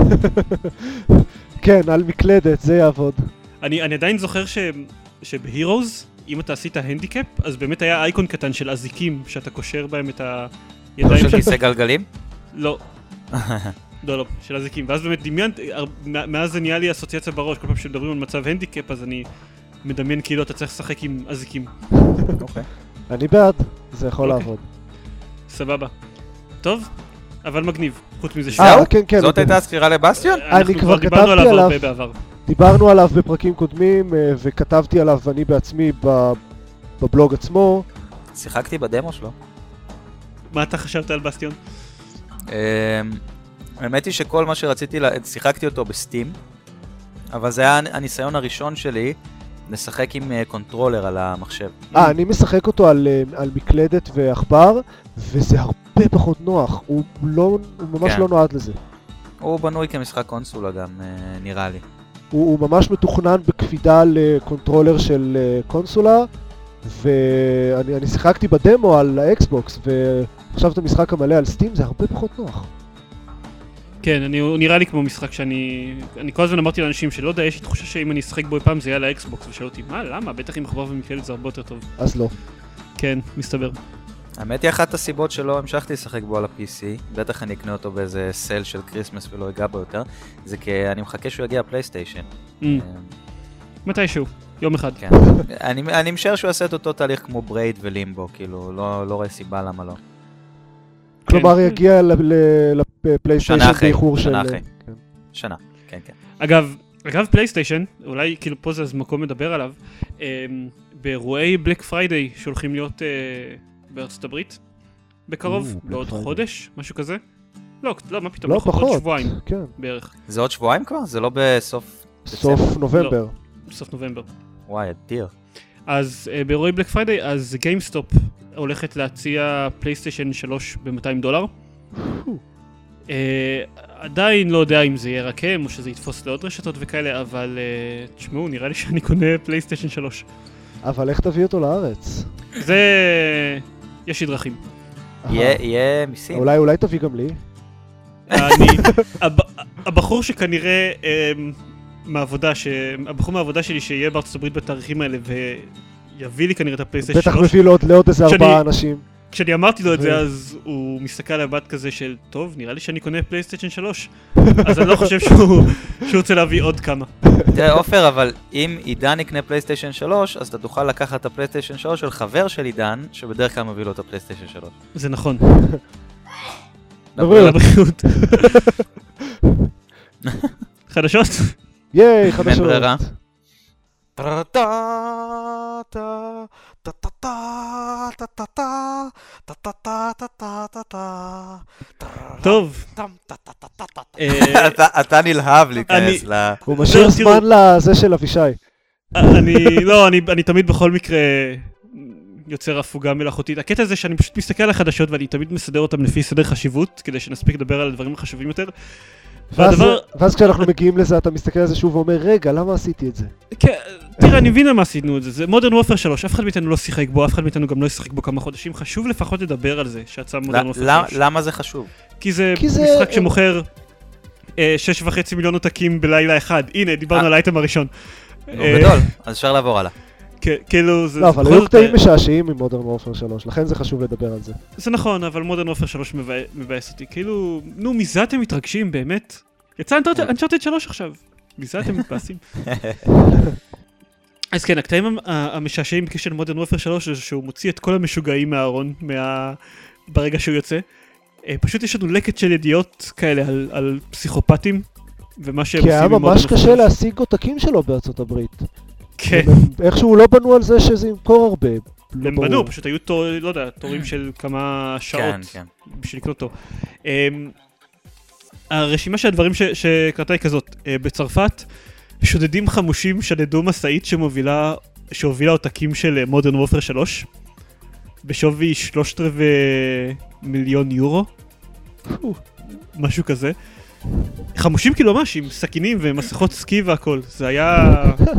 כן, על מקלדת, זה יעבוד. אני, אני עדיין זוכר ש, שבהירוז, אם אתה עשית הנדיקאפ, אז באמת היה אייקון קטן של אזיקים, שאתה קושר בהם את לא הידיים של של... כיסא גלגלים? לא. לא, לא, של אזיקים. ואז באמת דמיינט, הר- מא- מאז זה נהיה לי אסוציאציה בראש, כל פעם שמדברים על מצב הנדיקאפ, אז אני מדמיין כאילו אתה צריך לשחק עם אזיקים. אוקיי. אני בעד, זה יכול אוקיי. לעבוד. סבבה. טוב, אבל מגניב. חוץ מזה אה, זהו? כן, כן. זאת הוא- הייתה הספירה לבסטיון? אנחנו אני כבר דיברנו כתבתי עליו עליו. הרבה בעבר. דיברנו עליו בפרקים קודמים, אה, וכתבתי עליו אני בעצמי ב- בבלוג עצמו. שיחקתי בדמו שלו. מה אתה חשבת על בסטיון? אמ, האמת היא שכל מה שרציתי, לה- שיחקתי אותו בסטים, אבל זה היה הניסיון הראשון שלי לשחק עם אה, קונטרולר על המחשב. אה, אני משחק אותו על, אה, על מקלדת ועכבר, וזה הרבה פחות נוח. הוא, לא, הוא ממש כן. לא נועד לזה. הוא בנוי כמשחק קונסולה גם, אה, נראה לי. הוא, הוא ממש מתוכנן בקפידה לקונטרולר של אה, קונסולה, ואני אני שיחקתי בדמו על האקסבוקס, ועכשיו את המשחק המלא על סטים זה הרבה פחות נוח. כן, אני, הוא נראה לי כמו משחק שאני... אני כל הזמן אמרתי לאנשים שלא יודע, יש לי תחושה שאם אני אשחק בו פעם זה יהיה לאקסבוקס, ושאלו אותי, מה, למה? בטח עם עכבר ומקלדת זה הרבה יותר טוב. אז לא. כן, מסתבר. האמת היא אחת הסיבות שלא המשכתי לשחק בו על ה-פי סי, בטח אני אקנה אותו באיזה סל של קריסמס ולא אגע בו יותר, זה כי אני מחכה שהוא יגיע פלייסטיישן. Mm, מתישהו, יום אחד. כן. אני, אני משער שהוא יעשה את אותו תהליך כמו ברייד ולימבו, כאילו, לא, לא רואה סיבה למה לא. כלומר, כן. יגיע ל- ל- לפלייסטיישן שנה אחרי, באיחור של... שנה אחרי. כן. שנה, כן, כן. אגב, אגב פלייסטיישן, אולי כאילו פה זה אז מקום לדבר עליו, אה, באירועי בלק פריידיי שהולכים להיות אה, בארצות הברית, בקרוב, או, בעוד Black Friday. חודש, משהו כזה. לא, לא, מה פתאום, לא עוד פחות. שבועיים כן. בערך, זה עוד שבועיים כבר? זה לא בסוף סוף דצמבר? נובמבר. בסוף נובמבר. וואי, אדיר. אז uh, באירועי בלק פריידיי, אז גיימסטופ הולכת להציע פלייסטיישן שלוש ב-מאתיים דולר. uh, עדיין לא יודע אם זה יהיה רק הם, או שזה יתפוס לעוד רשתות וכאלה, אבל uh, תשמעו, נראה לי שאני קונה פלייסטיישן שלוש. אבל איך תביא אותו לארץ? זה... יש לי דרכים. יהיה מיסים. אולי, אולי תביא גם לי. אני, הב, הבחור שכנראה מהעבודה, הבחור מהעבודה שלי שיהיה בארצות הברית בתאריכים האלה ויביא לי כנראה את הפלייסטיישן שלוש. בטח מביא לו לעוד איזה ארבעה אנשים. כשאני אמרתי לו את זה, אז הוא מסתכל על הבת כזה של, טוב, נראה לי שאני קונה פלייסטיישן שלוש. אז אני לא חושב שהוא רוצה להביא עוד כמה. תראה, אופר, אבל אם עידן יקנה פלייסטיישן שלוש, אז אתה תוכל לקחת את הפלייסטיישן שלוש של חבר של עידן, שבדרך כלל מביא לו את הפלייסטיישן שלוש. זה נכון. לבריאות. לבריאות. חדשות? ייי, חדשות. אין ברירה. טוב. אתה נלהב להיכנס ל... הוא משאיר זמן לזה של אבישי. אני, לא, אני תמיד בכל מקרה יוצר הפוגה מלאכותית. הקטע הזה שאני פשוט מסתכל על החדשות ואני תמיד מסדר אותם לפי סדר חשיבות, כדי שנספיק לדבר על הדברים החשובים יותר. ואז כשאנחנו מגיעים לזה אתה מסתכל על זה שוב ואומר, רגע, למה עשיתי את זה? תראה, אני מבין למה עשינו את זה, זה מודרן וופר שלוש, אף אחד מאיתנו לא שיחק בו, אף אחד מאיתנו גם לא ישחק בו כמה חודשים, חשוב לפחות לדבר על זה, שיצא מודרן וופר שלוש. למה זה חשוב? כי זה משחק שמוכר שש וחצי מיליון עותקים בלילה אחד, הנה, דיברנו על האייטם הראשון. נו, גדול, אז אפשר לעבור הלאה. כאילו, זה... לא, אבל היו קטעים משעשעים עם מודרן וופר שלוש, לכן זה חשוב לדבר על זה. זה נכון, אבל מודרן וופר שלוש מבאס אותי, כאילו, נו, מזה אתם מתרגשים, באמת? יצא אנצ'ארטד שלוש עכשיו, מזה אתם מתבאסים. אז כן, הקטעים המשעשעים בקשר של מודרן וופר שלוש, זה שהוא מוציא את כל המשוגעים מהארון ברגע שהוא יוצא. פשוט יש לנו לקט של ידיעות כאלה על פסיכופטים, ומה שהם עושים עם מודרן וופר שלוש. כי היה ממש קשה להשיג עותקים שלו בארצות הברית. כן. איכשהו לא בנו על זה שזה ימכור הרבה. הם בנו, פשוט היו, לא יודע, תורים של כמה שעות בשביל לקנות אותו. הרשימה של הדברים שקראתה היא כזאת, בצרפת שודדים חמושים שדדו מסעית שמובילה, שהובילה עותקים של מודרן וופר שלוש, בשווי שלושת רבעי מיליון יורו, משהו כזה. חמושים כאילו ממש, עם סכינים ומסכות סקי והכל, זה היה...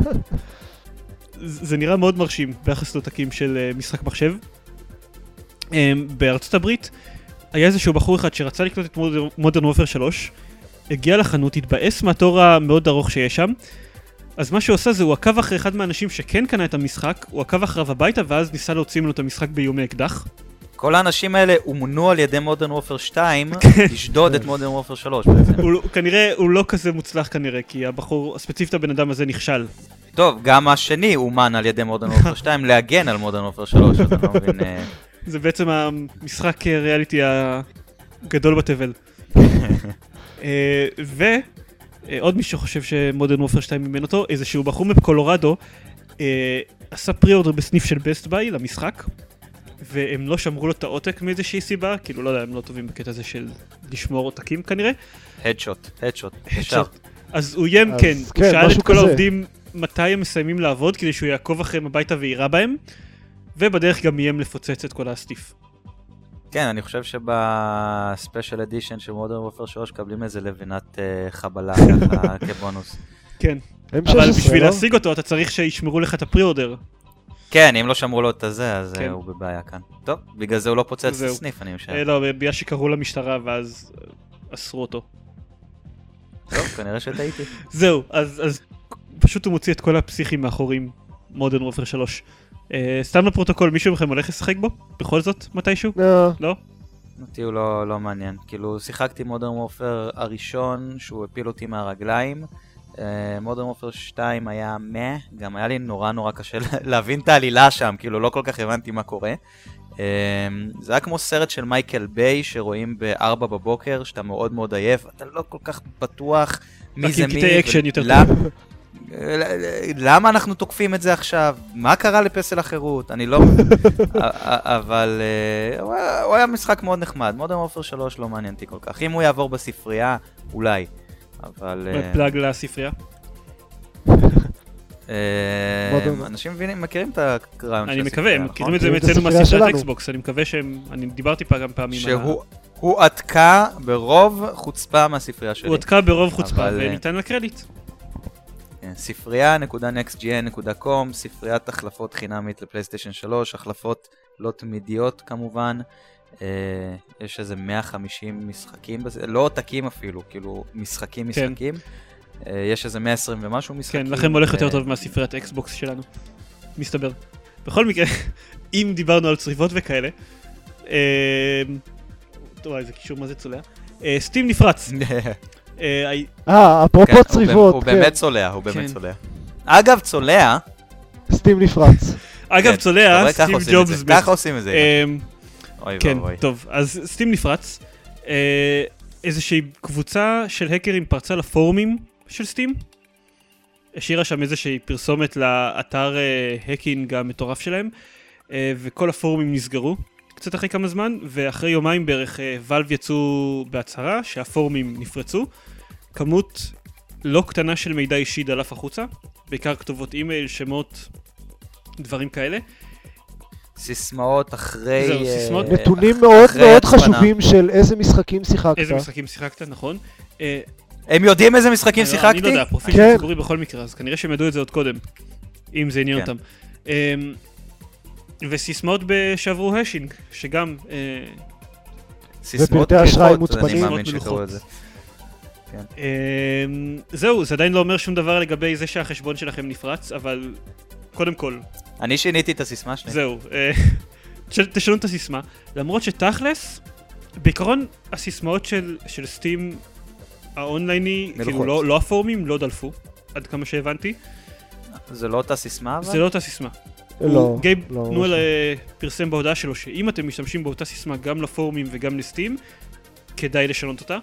זה נראה מאוד מרשים ביחס לעותקים של משחק מחשב. בארצות הברית היה איזשהו בחור אחד שרצה לקנות את מודרן וופר שלוש, הגיע לחנות, התבאס מהתור המאוד ארוך שיש שם, אז מה שהוא עושה זה הוא עקב אחרי אחד מהאנשים שכן קנה את המשחק, הוא עקב אחריו הביתה ואז ניסה להוציא ממנו את המשחק באיומי אקדח. כל האנשים האלה אומנו על ידי מודרן וופר שתיים לשדוד את מודרן וופר שלוש. כנראה הוא לא כזה מוצלח כנראה, כי הבחור, הספציפית הבן אדם הזה נכשל. טוב, גם השני אומן על ידי מודרן וופר שתיים להגן על מודרן וופר שלוש, אתה לא מבין... זה בעצם המשחק ריאליטי הגדול בתבל. ועוד מי שחושב שמודרן וופר שתיים מימן אותו, איזשהו בחור מפקולורדו עשה פרי-אורדר בסניף של בסט ביי למשחק, והם לא שמרו לו את העותק מאיזושהי סיבה, כאילו לא יודע, הם לא טובים בקטע הזה של לשמור עותקים כנראה. הדשוט, הדשוט, ישר. אז הוא ים, כן, הוא שאל את כל העובדים מתי הם מסיימים לעבוד, כדי שהוא יעקוב אחריהם הביתה ויראה בהם, ובדרך גם יים לפוצץ את כל הסטיף. כן, אני חושב שבספיישל אדישן של מודרן וופר שלוש קבלים איזה לבינת חבלה ככה כבונוס. כן, אבל בשביל להשיג אותו אתה צריך שישמרו לך את הפרי-אורדר. כן, אם לא שמרו לו את הזה, אז הוא בבעיה כאן. טוב, בגלל זה הוא לא פוצץ את הסניף, אני חושב. לא, בגלל שקראו למשטרה ואז אסרו אותו. טוב, כנראה שטעיתי. זהו, אז פשוט הוא מוציא את כל הפסיכים מאחורים, מודרן וופר שלוש. סתם לפרוטוקול, מישהו מכם הולך לשחק בו? בכל זאת, מתישהו? לא. לא? אותי הוא לא מעניין. כאילו, שיחקתי מודרן וופר הראשון, שהוא הפיל אותי מהרגליים. מודרן וופר שתיים היה מה, גם היה לי נורא נורא קשה להבין את העלילה שם, כאילו לא כל כך הבנתי מה קורה. זה היה כמו סרט של מייקל ביי שרואים בארבע בבוקר, שאתה מאוד מאוד עייף, אתה לא כל כך בטוח מי זה מי. קטעי אקשן יותר טוב. למה אנחנו תוקפים את זה עכשיו? מה קרה לפסל החירות? אני לא... אבל הוא היה משחק מאוד נחמד. מודרן וופר שלוש לא מעניינתי כל כך. אם הוא יעבור בספרייה, אולי. אבל... פלאג לספרייה? אנשים מבינים, מכירים את הרעיון של הספרייה, אני מקווה, הם מכירים את זה אצלנו מהספריית אקסבוקס, אני מקווה שהם... אני דיברתי פה גם פעמים... שהוא עתקה ברוב חוצפה מהספרייה שלי. הוא עתקה ברוב חוצפה, וניתן לקרדיט. ספרייה נקודה נקסט ג'י אן נקודה קום, ספריית החלפות חינמית לפלייסטיישן שלוש, החלפות לא תמידיות כמובן. יש איזה מאה וחמישים משחקים בזה, לא עותקים אפילו, כאילו משחקים משחקים. יש איזה מאה ועשרים ומשהו משחקים. כן, לכם הולך יותר טוב מהספריית אקסבוקס שלנו, מסתבר. בכל מקרה, אם דיברנו על צריבות וכאלה, טוב, איזה קישור, מה זה צולע? סטים נפרץ. אה, אפרופו צריבות. הוא באמת צולע, הוא באמת צולע. אגב, צולע. סטים נפרץ. אגב, צולע, סטיב ג'ובס. ככה עושים את זה. כן, טוב, אז סטים נפרץ. איזושהי קבוצה של הקרים פרצה לפורומים של סטים. השאירה שם איזושהי פרסומת לאתר הקינג המטורף שלהם, וכל הפורומים נסגרו קצת אחרי כמה זמן, ואחרי יומיים בערך ואלב יצאו בהצהרה שהפורומים נפרצו. כמות לא קטנה של מידע אישי דלף החוצה, בעיקר כתובות אימייל, שמות, דברים כאלה. סיסמאות אחרי... זהו, סיסמאות... נתונים מאוד מאוד חשובים של איזה משחקים שיחקת. איזה משחקים שיחקת, נכון. הם יודעים איזה משחקים שיחקתי? אני לא יודע, הפרופיל של סגורי בכל מקרה, אז כנראה שהם ידעו את זה עוד קודם, אם זה עניין אותם. וסיסמאות שעברו השינג, שגם... ופרטי אשראי מוצפנים. זהו, זה עדיין לא אומר שום דבר לגבי זה שהחשבון שלכם נפרץ, אבל קודם כל... אני שיניתי את הסיסמה שלי. זהו, תשנו את הסיסמה. למרות שתכלס, בעיקרון הסיסמאות של סטים האונלייני, כאילו לא הפורומים, לא דלפו, עד כמה שהבנתי. זה לא אותה סיסמה אבל? זה לא אותה סיסמה. לא. גייב נואל פרסם בהודעה שלו שאם אתם משתמשים באותה סיסמה גם לפורומים וגם לסטים, כדאי לשנות אותה.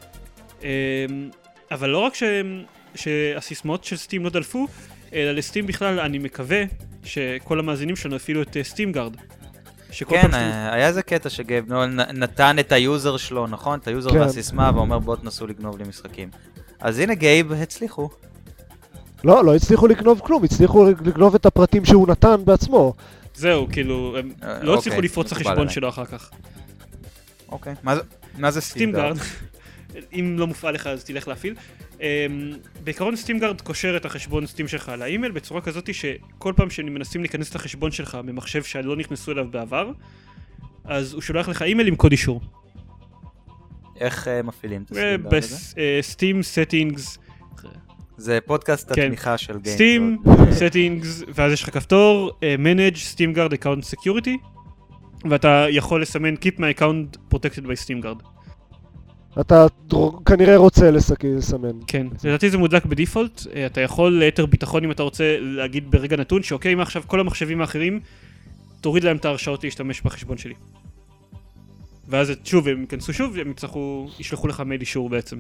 אבל לא רק שהסיסמאות של סטים לא דלפו, אלא לסטים בכלל אני מקווה שכל המאזינים שלנו אפילו את סטים גארד. כן, היה איזה קטע שגייב נואל נתן את היוזר שלו, נכון? את היוזר והסיסמה ואומר בואו תנסו לגנוב לי משחקים. אז הנה גייב הצליחו. לא, לא הצליחו לגנוב כלום, הצליחו לגנוב את הפרטים שהוא נתן בעצמו. זהו, כאילו, הם לא הצליחו לפרוץ החשבון שלו אחר כך. אוקיי, מה זה סטים גארד? אם לא מופעל לך אז תלך להפעיל. בעיקרון סטים גארד קושר את החשבון סטים שלך לאימייל בצורה כזאת שכל פעם שמנסים להיכנס את החשבון שלך ממחשב שלא נכנסו אליו בעבר, אז הוא שולח לך אימייל עם קוד אישור. איך מפעילים את הסטים גארד הזה? בסטים סטינגס. זה פודקאסט התמיכה של גיים. סטים סטינגס, ואז יש לך כפתור Manage Steam Guard Account Security, ואתה יכול לסמן Keep my account protected by Steam Guard. אתה כנראה רוצה לסמן. כן, לדעתי זה מודלק בדיפולט, אתה יכול ליתר ביטחון אם אתה רוצה להגיד ברגע נתון שאוקיי, מעכשיו כל המחשבים האחרים, תוריד להם את ההרשאות להשתמש בחשבון שלי. ואז שוב, הם יכנסו שוב, הם יצטרכו, ישלחו לך מייל אישור בעצם.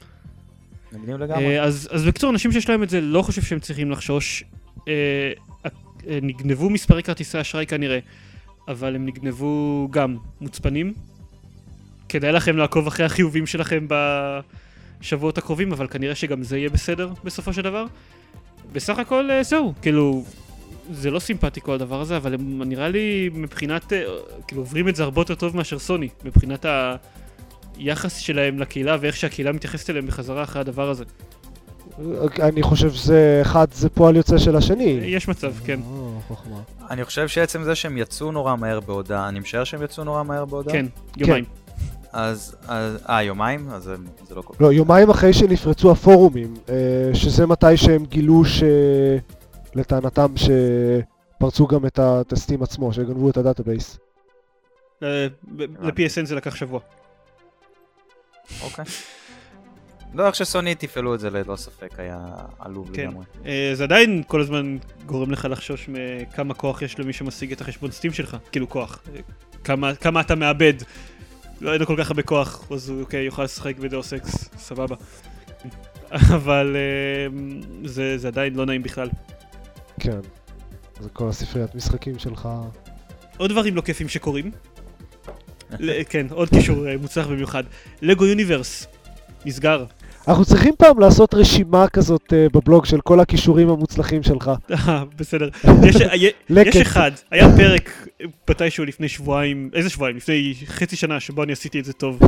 אז, אז בקצור, אנשים שיש להם את זה לא חושב שהם צריכים לחשוש. נגנבו מספרי כרטיסי אשראי כנראה, אבל הם נגנבו גם מוצפנים. כדאי לכם לעקוב אחרי החיובים שלכם בשבועות הקרובים, אבל כנראה שגם זה יהיה בסדר בסופו של דבר. בסך הכל זהו, כאילו, זה לא סימפטי כל הדבר הזה, אבל הם, נראה לי מבחינת, כאילו עוברים את זה הרבה יותר טוב מאשר סוני, מבחינת היחס שלהם לקהילה ואיך שהקהילה מתייחסת אליהם בחזרה אחרי הדבר הזה. אני חושב שזה אחד, זה פועל יוצא של השני. יש מצב, כן. אני חושב שעצם זה שהם יצאו נורא מהר בהודעה, אני משער שהם יצאו נורא מהר בהודעה? כן, יומיים. אז, אה, יומיים? אז זה לא כל כך. לא, יומיים אחרי שנפרצו הפורומים, שזה מתי שהם גילו שלטענתם שפרצו גם את הטסטים עצמו, שגנבו את הדאטאבייס. ל-פי אס אן זה לקח שבוע. אוקיי. לא, איך שסוני תפעלו את זה ללא ספק, היה עלוב לגמרי. זה עדיין כל הזמן גורם לך לחשוש מכמה כוח יש למי שמשיג את החשבון סטים שלך, כאילו כוח. כמה אתה מאבד. לא, אין לו כל כך הרבה כוח, אז הוא אוקיי, יוכל לשחק בדאוס אקס, סבבה. אבל זה, זה עדיין לא נעים בכלל. כן, זה כל הספריית משחקים שלך. עוד דברים לא כיפים שקורים. כן, עוד קישור מוצלח במיוחד. לגו יוניברס, נסגר. אנחנו צריכים פעם לעשות רשימה כזאת בבלוג של כל הכישורים המוצלחים שלך. אה, בסדר. יש אחד, היה פרק מתישהו לפני שבועיים, איזה שבועיים? לפני חצי שנה שבו אני עשיתי את זה טוב.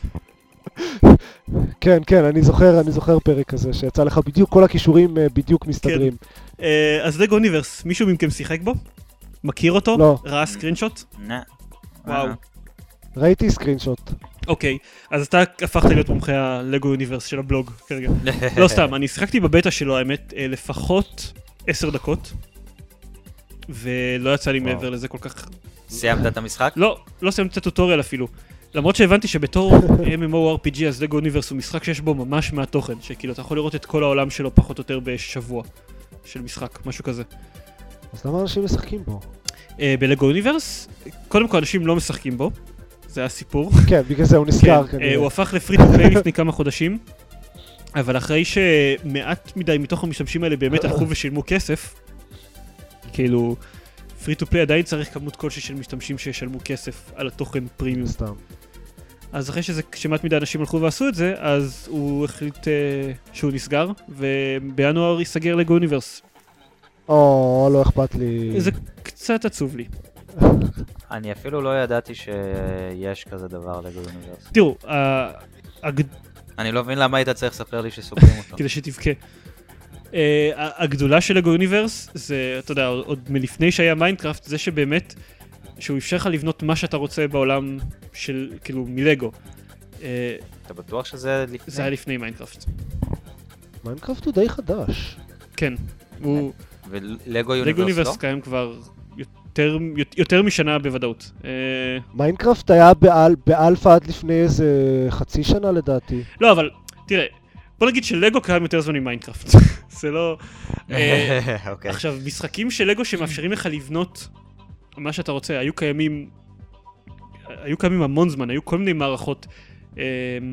כן, כן, אני זוכר, אני זוכר פרק כזה, שיצא לך בדיוק, כל הכישורים בדיוק מסתדרים. אז לגו יוניברס, מישהו מכם שיחק בו? מכיר אותו? לא. ראה סקרינשוט? נה. וואו. ראיתי סקרינשוט. אוקיי, אז אתה הפכת להיות מומחה הלגו יוניברס של הבלוג כרגע. לא סתם, אני שיחקתי בבטא שלו, האמת, לפחות עשר דקות, ולא יצא לי מעבר לזה כל כך... סיימת את המשחק? לא, לא סיימתי את הטוטוריאל אפילו. למרות שהבנתי שבתור אם אם או אר פי ג'י, אז לגו יוניברס הוא משחק שיש בו ממש מהתוכן, שכאילו אתה יכול לראות את כל העולם שלו פחות או יותר בשבוע של משחק, משהו כזה. אז למה אנשים משחקים בו? בלגו יוניברס, קודם כל אנשים לא משחקים בו, זה הסיפור. כן, בגלל זה הוא נסגר כנראה. הוא הפך לפרי טו פליי לפני כמה חודשים, אבל אחרי שמעט מדי מתוך המשתמשים האלה באמת הלכו ושילמו כסף, כאילו, פרי טו פליי עדיין צריך כמות כלשהי של משתמשים שישלמו כסף על התוכן פרימיום. סתם. אז אחרי שזה, שמעט מדי אנשים הלכו ועשו את זה, אז הוא החליט uh, שהוא נסגר, ובינואר ייסגר לגו יוניברס. או, לא אכפת לי. זה קצת עצוב לי. אני אפילו לא ידעתי שיש כזה דבר לגו יוניברס. תראו, הגד... אני לא מבין למה היית צריך לספר לי שסוגרים אותו. כדי שתבכה. Uh, הגדולה של לגו יוניברס זה, אתה יודע, עוד מלפני שהיה מיינקראפט, זה שבאמת, שהוא אפשר לך לבנות מה שאתה רוצה בעולם של, כאילו, מלגו. Uh, אתה בטוח שזה לפני? זה היה לפני מיינקראפט. מיינקראפט הוא די חדש. כן. הוא... ולגו לגו יוניברס לא? יוניברס קיים כבר יותר, יותר משנה בוודאות. Uh, מיינקראפט היה באל, באלפא עד לפני איזה חצי שנה לדעתי. לא, אבל, תראה, בוא נגיד שלגו קיים יותר זמן ממיינקראפט. זה לא... אוקיי. עכשיו, משחקים של לגו שמאפשרים לך לבנות מה שאתה רוצה, היו קיימים, היו קיימים המון זמן, היו כל מיני מערכות אה,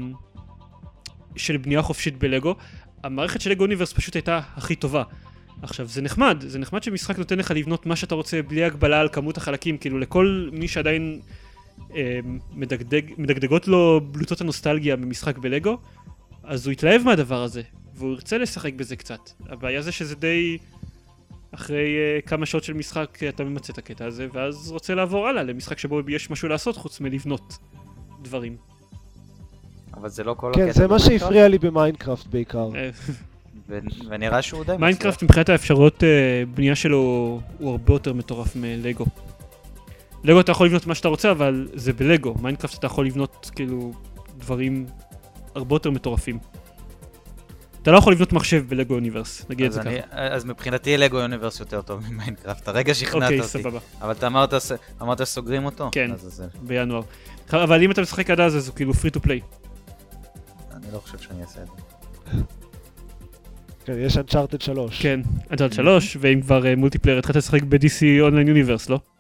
של בנייה חופשית בלגו. המערכת של לגו יוניברס פשוט הייתה הכי טובה. עכשיו, זה נחמד, זה נחמד שמשחק נותן לך לבנות מה שאתה רוצה בלי הגבלה על כמות החלקים, כאילו לכל מי שעדיין אה, מדגדג, מדגדגות לו בלוטות הנוסטלגיה במשחק בלגו, אז הוא יתלהב מהדבר הזה, והוא ירצה לשחק בזה קצת. הבעיה זה שזה די... אחרי uh, כמה שעות של משחק אתה ממצא את הקטע הזה, ואז רוצה לעבור הלאה למשחק שבו יש משהו לעשות חוץ מלבנות דברים. אבל זה לא כל הקטע. כן, זה מה שהפריע לי במיינקראפט בעיקר. ו- ונראה שהוא די מצליח. מיינקראפט מבחינת האפשרויות uh, בנייה שלו הוא הרבה יותר מטורף מלגו. לגו אתה יכול לבנות מה שאתה רוצה, אבל זה בלגו. מיינקראפט אתה יכול לבנות כאילו דברים הרבה יותר מטורפים. אתה לא יכול לבנות מחשב בלגו יוניברס, נגיד את זה ככה. אז מבחינתי לגו יוניברס יותר טוב ממיינקראפט, הרגע שכנעת אותי. אוקיי, סבבה. אבל אתה אמרת שסוגרים אותו? כן, בינואר. אבל אם אתה משחק עד אז, אז הוא כאילו פרי טו פליי. אני לא חושב שאני אעשה את זה. כן, יש אנצ'ארטד שלוש. כן, אנצ'ארטד שלוש, ואם כבר מולטיפלייר, התחלת לשחק ב-די סי אונליין יוניברס, לא?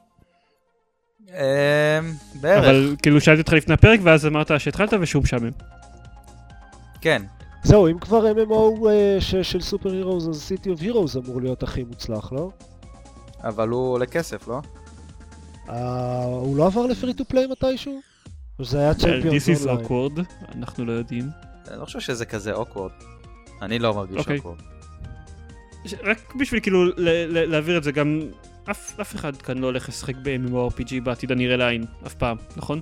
בערך. אבל כאילו שאלתי אותך לפני הפרק, ואז אמרת שהתחלת ושהוא משעמם. כן. זהו, אם כבר אם אם או של סופר הירוז, אז סיטי אוף הירוז אמור להיות הכי מוצלח, לא? אבל הוא עולה כסף, לא? הוא לא עבר לפרי טו פליי מתישהו? או שזה היה צ'מפיונס This is אונליין? awkward, אנחנו לא יודעים. אני לא חושב שזה כזה awkward. אני לא מרגיש awkward. רק בשביל כאילו להעביר את זה, גם אף אחד כאן לא הולך לשחק ב-אם אם או אר פי ג'י בעתיד הנראה לעין, אף פעם, נכון?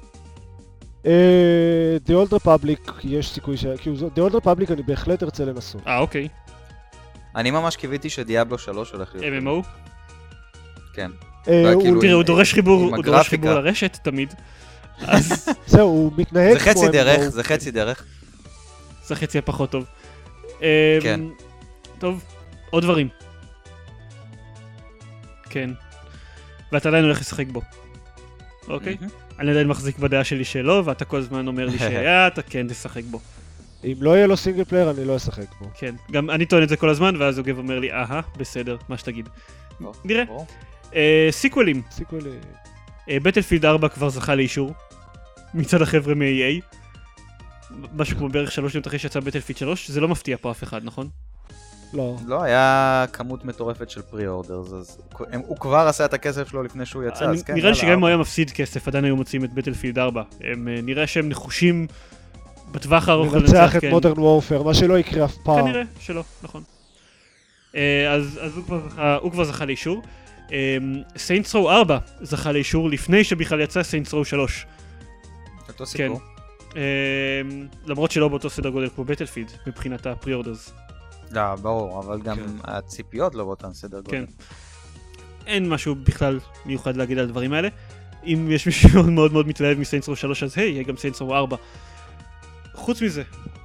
The Old Republic, יש סיכוי ש... כאילו, The Old Republic אני בהחלט ארצה לנסות. אה, אוקיי. אני ממש קיוויתי שדיאבלו שלוש הולך להיות. אם אם או? כן. תראה, הוא דורש חיבור לרשת תמיד. זהו, הוא מתנהג כמו... זה חצי דרך, זה חצי דרך. זה חצי הפחות טוב. כן. טוב, עוד דברים. כן. ואתה עדיין הולך לשחק בו. אוקיי? אני עדיין מחזיק בדעה שלי שלא, ואתה כל הזמן אומר לי שהיה, אתה כן תשחק בו. אם לא יהיה לו סינגל פלייר, אני לא אשחק בו. כן, גם אני טוען את זה כל הזמן, ואז אוגב אומר לי, אהה, בסדר, מה שתגיד. נראה. סיקוולים. סיקוולים. בטלפילד ארבע כבר זכה לאישור, מצד החבר'ה מ-אי איי. משהו כמו בערך שלוש שנים אחרי שיצא בטלפילד שלוש, זה לא מפתיע פה אף אחד, נכון? לא. לא, היה כמות מטורפת של פרי-אורדרס, אז הוא כבר עשה את הכסף שלו לפני שהוא יצא, אז כן. נראה לי שגם אם הוא היה מפסיד כסף, עדיין היו מוצאים את בטלפילד ארבע. הם נראה שהם נחושים בטווח הארוך לנצח את מודרן וורפר, מה שלא יקרה אף פעם. כנראה שלא, נכון. אז הוא כבר זכה לאישור. סיינטס רו ארבע זכה לאישור לפני שבכלל יצא סיינטס רו שלוש. אותו סיפור. למרות שלא באותו סדר גודל כמו בטלפילד, מבחינת הפרי-אורדרס. לא, ברור, אבל גם הציפיות לא באותן סדר גודל. אין משהו בכלל מיוחד להגיד על הדברים האלה. אם יש מישהו מאוד מאוד מתלהב מסיינטס רו שלוש, אז היי, יהיה גם סיינטס רו ארבע. חוץ מזה,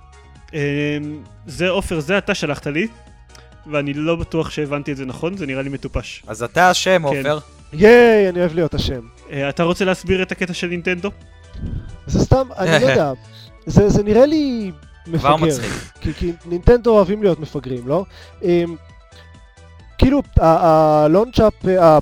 זה אופר, זה אתה שלחת לי, ואני לא בטוח שהבנתי את זה נכון, זה נראה לי מטופש. אז אתה השם, אופר. ייי, אני אוהב להיות השם. אתה רוצה להסביר את הקטע של נינטנדו? זה סתם, אני לא יודע, זה נראה לי מפגר. כבר מצחיק. כי נינטנדו אוהבים להיות מפגרים, לא? כאילו, הלונצ'אפ,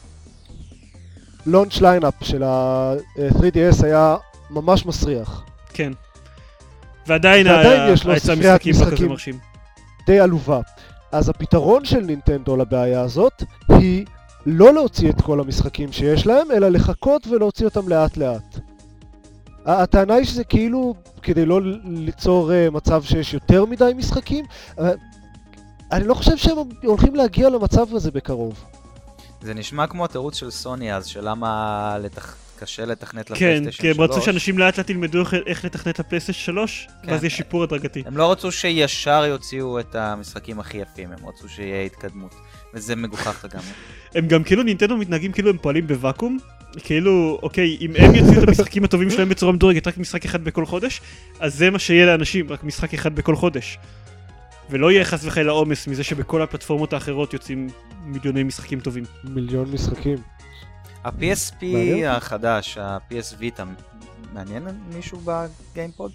הלונץ' ליינאפ של ה-תרי די אס היה ממש מסריח. כן. ועדיין היצא משחקים לא כזה מרשים. די עלובה. אז הפתרון של נינטנדו לבעיה הזאת היא לא להוציא את כל המשחקים שיש להם, אלא לחכות ולהוציא אותם לאט לאט. הטענה היא שזה כאילו כדי לא ליצור מצב שיש יותר מדי משחקים, אני לא חושב שהם הולכים להגיע למצב הזה בקרוב. זה נשמע כמו התירוץ של סוני אז, שלמה לתכ... קשה לתכנת לפלייסטיישן שלוש. כן, כי הם רצו שאנשים לאט לאט ילמדו איך לתכנת לפלייסטיישן שלוש, כן. ואז יש שיפור הדרגתי. הם לא רצו שישר יוציאו את המשחקים הכי יפים, הם רצו שיהיה התקדמות, וזה מגוחך לגמרי. הם גם כאילו נינטנדו מתנהגים כאילו הם פועלים בוואקום, כאילו, אוקיי, אם הם יוציאו את המשחקים הטובים שלהם בצורה מדורגת רק משחק אחד בכל חודש, אז זה מה שיהיה לאנשים, רק משחק אחד בכל חודש. ולא יהיה חס וחלילה עומס מזה שבכל הפלטפורמות האחרות יוצאים מיליוני משחקים טובים. מיליון משחקים. ה-פי אס פי החדש, ה-פי אס Vita, מעניין מישהו בגיימפוד?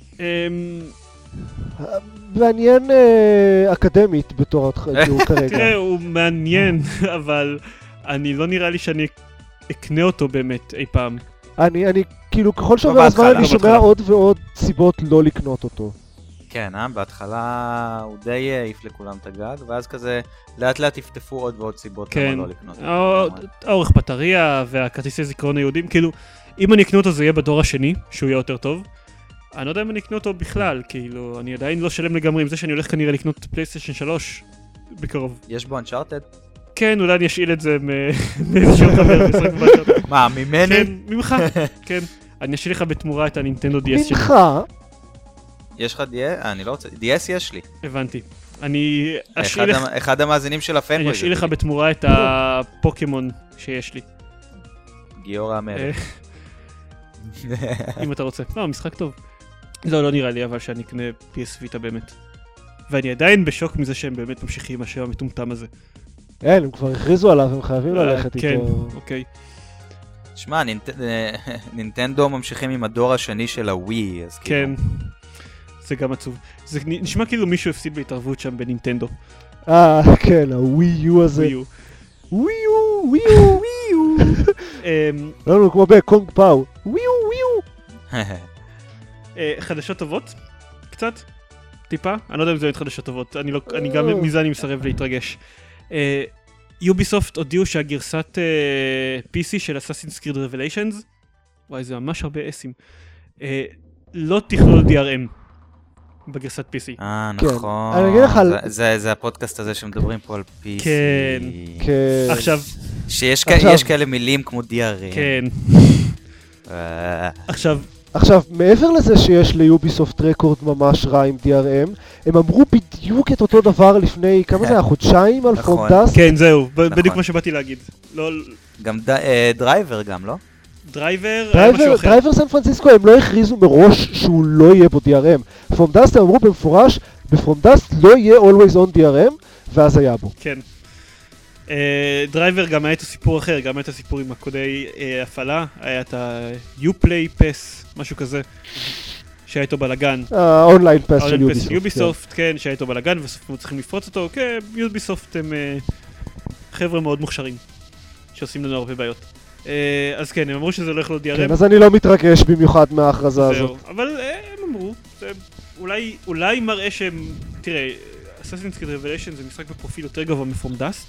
מעניין אקדמית בתור כרגע. תראה, הוא מעניין, אבל אני לא נראה לי שאני אקנה אותו באמת אי פעם. אני, אני, כאילו, ככל שעובר הזמן אני שומע עוד ועוד סיבות לא לקנות אותו. כן, אה? בהתחלה הוא די העיף לכולם את הגג, ואז כזה לאט לאט יפתפו עוד ועוד סיבות למה לא לקנות. האורך בטריה והכרטיסי זיכרון היהודים, כאילו, אם אני אקנה אותו זה יהיה בדור השני, שהוא יהיה יותר טוב. אני לא יודע אם אני אקנה אותו בכלל, כאילו, אני עדיין לא שלם לגמרי עם זה שאני הולך כנראה לקנות פלייסטיישן שלוש בקרוב. יש בו אנצ'ארטד? כן, אולי אני אשאיל את זה מאיזשהו חבר משחק באנצ'ארטד. מה, ממני? כן, ממך, כן. אני אשאיל לך בתמורה את הנינטנדו די אס שלי. ממך? יש לך די אס? אני לא רוצה, די אס יש לי. הבנתי. אני אשאיל לך... אחד המאזינים של הפנבוי. אני אשאיל לך בתמורה את הפוקימון שיש לי. גיורא המלך. אם אתה רוצה. לא, משחק טוב. לא, לא נראה לי אבל שאני אקנה פי אס Vita באמת. ואני עדיין בשוק מזה שהם באמת ממשיכים השם המטומטם הזה. אין, הם כבר הכריזו עליו, הם חייבים ללכת איתו. כן, אוקיי. שמע, נינטנדו ממשיכים עם הדור השני של הווי, אז כאילו... כן. זה גם עצוב. זה נשמע כאילו מישהו הפסיד בהתערבות שם בנינטנדו. אה, כן, הווי יו הזה. ווי יו, ווי יו, ווי יו. לא, לא, כמו בקונג פאו. ווי יו, ווי יו. חדשות טובות? קצת? טיפה? אני לא יודע אם זה חדשות טובות. אני גם מזה אני מסרב להתרגש. יוביסופט הודיעו שהגרסת פי סי של Assassin's Creed Revelations, וואי, זה ממש הרבה אסים, לא תכלול די אר אם. בגרסת פי סי. אה, נכון. אני אגיד לך על... זה הפודקאסט הזה שמדברים פה על פי סי. כן. כן. עכשיו... שיש כאלה מילים כמו די אר אם. כן. עכשיו... עכשיו, מעבר לזה שיש ליוביסופט רקורד ממש רע עם די אר אם, הם אמרו בדיוק את אותו דבר לפני, כמה זה היה, חודשיים על פרום דאסט? כן, זהו, בדיוק מה שבאתי להגיד. גם דרייבר גם, לא? דרייבר, היה משהו אחר. דרייבר סן פרנסיסקו, הם לא הכריזו מראש שהוא לא יהיה בו די אר אם. פרום דאסט הם אמרו במפורש, בפרום דאסט לא יהיה always on די אר אם, ואז היה בו. כן. דרייבר גם היה את הסיפור אחר, גם היה את הסיפור עם הקודי הפעלה, היה את ה-Uplay Pass, משהו כזה, שהיה איתו בלגן. האונליין פס של יוביסופט. יוביסופט, כן, שהיה איתו בלגן, וסופו צריכים לפרוץ אותו, כן, יוביסופט הם חבר'ה מאוד מוכשרים, שעושים לנו הרבה בעיות. אז כן, הם אמרו שזה לא יכול להיות די אר אם. כן, אז אני לא מתרגש במיוחד מההכרזה הזאת. אבל הם אמרו, אולי מראה שהם, תראה, Assassin's Creed Revelation זה משחק בפרופיל יותר גבוה מפרום דאסט.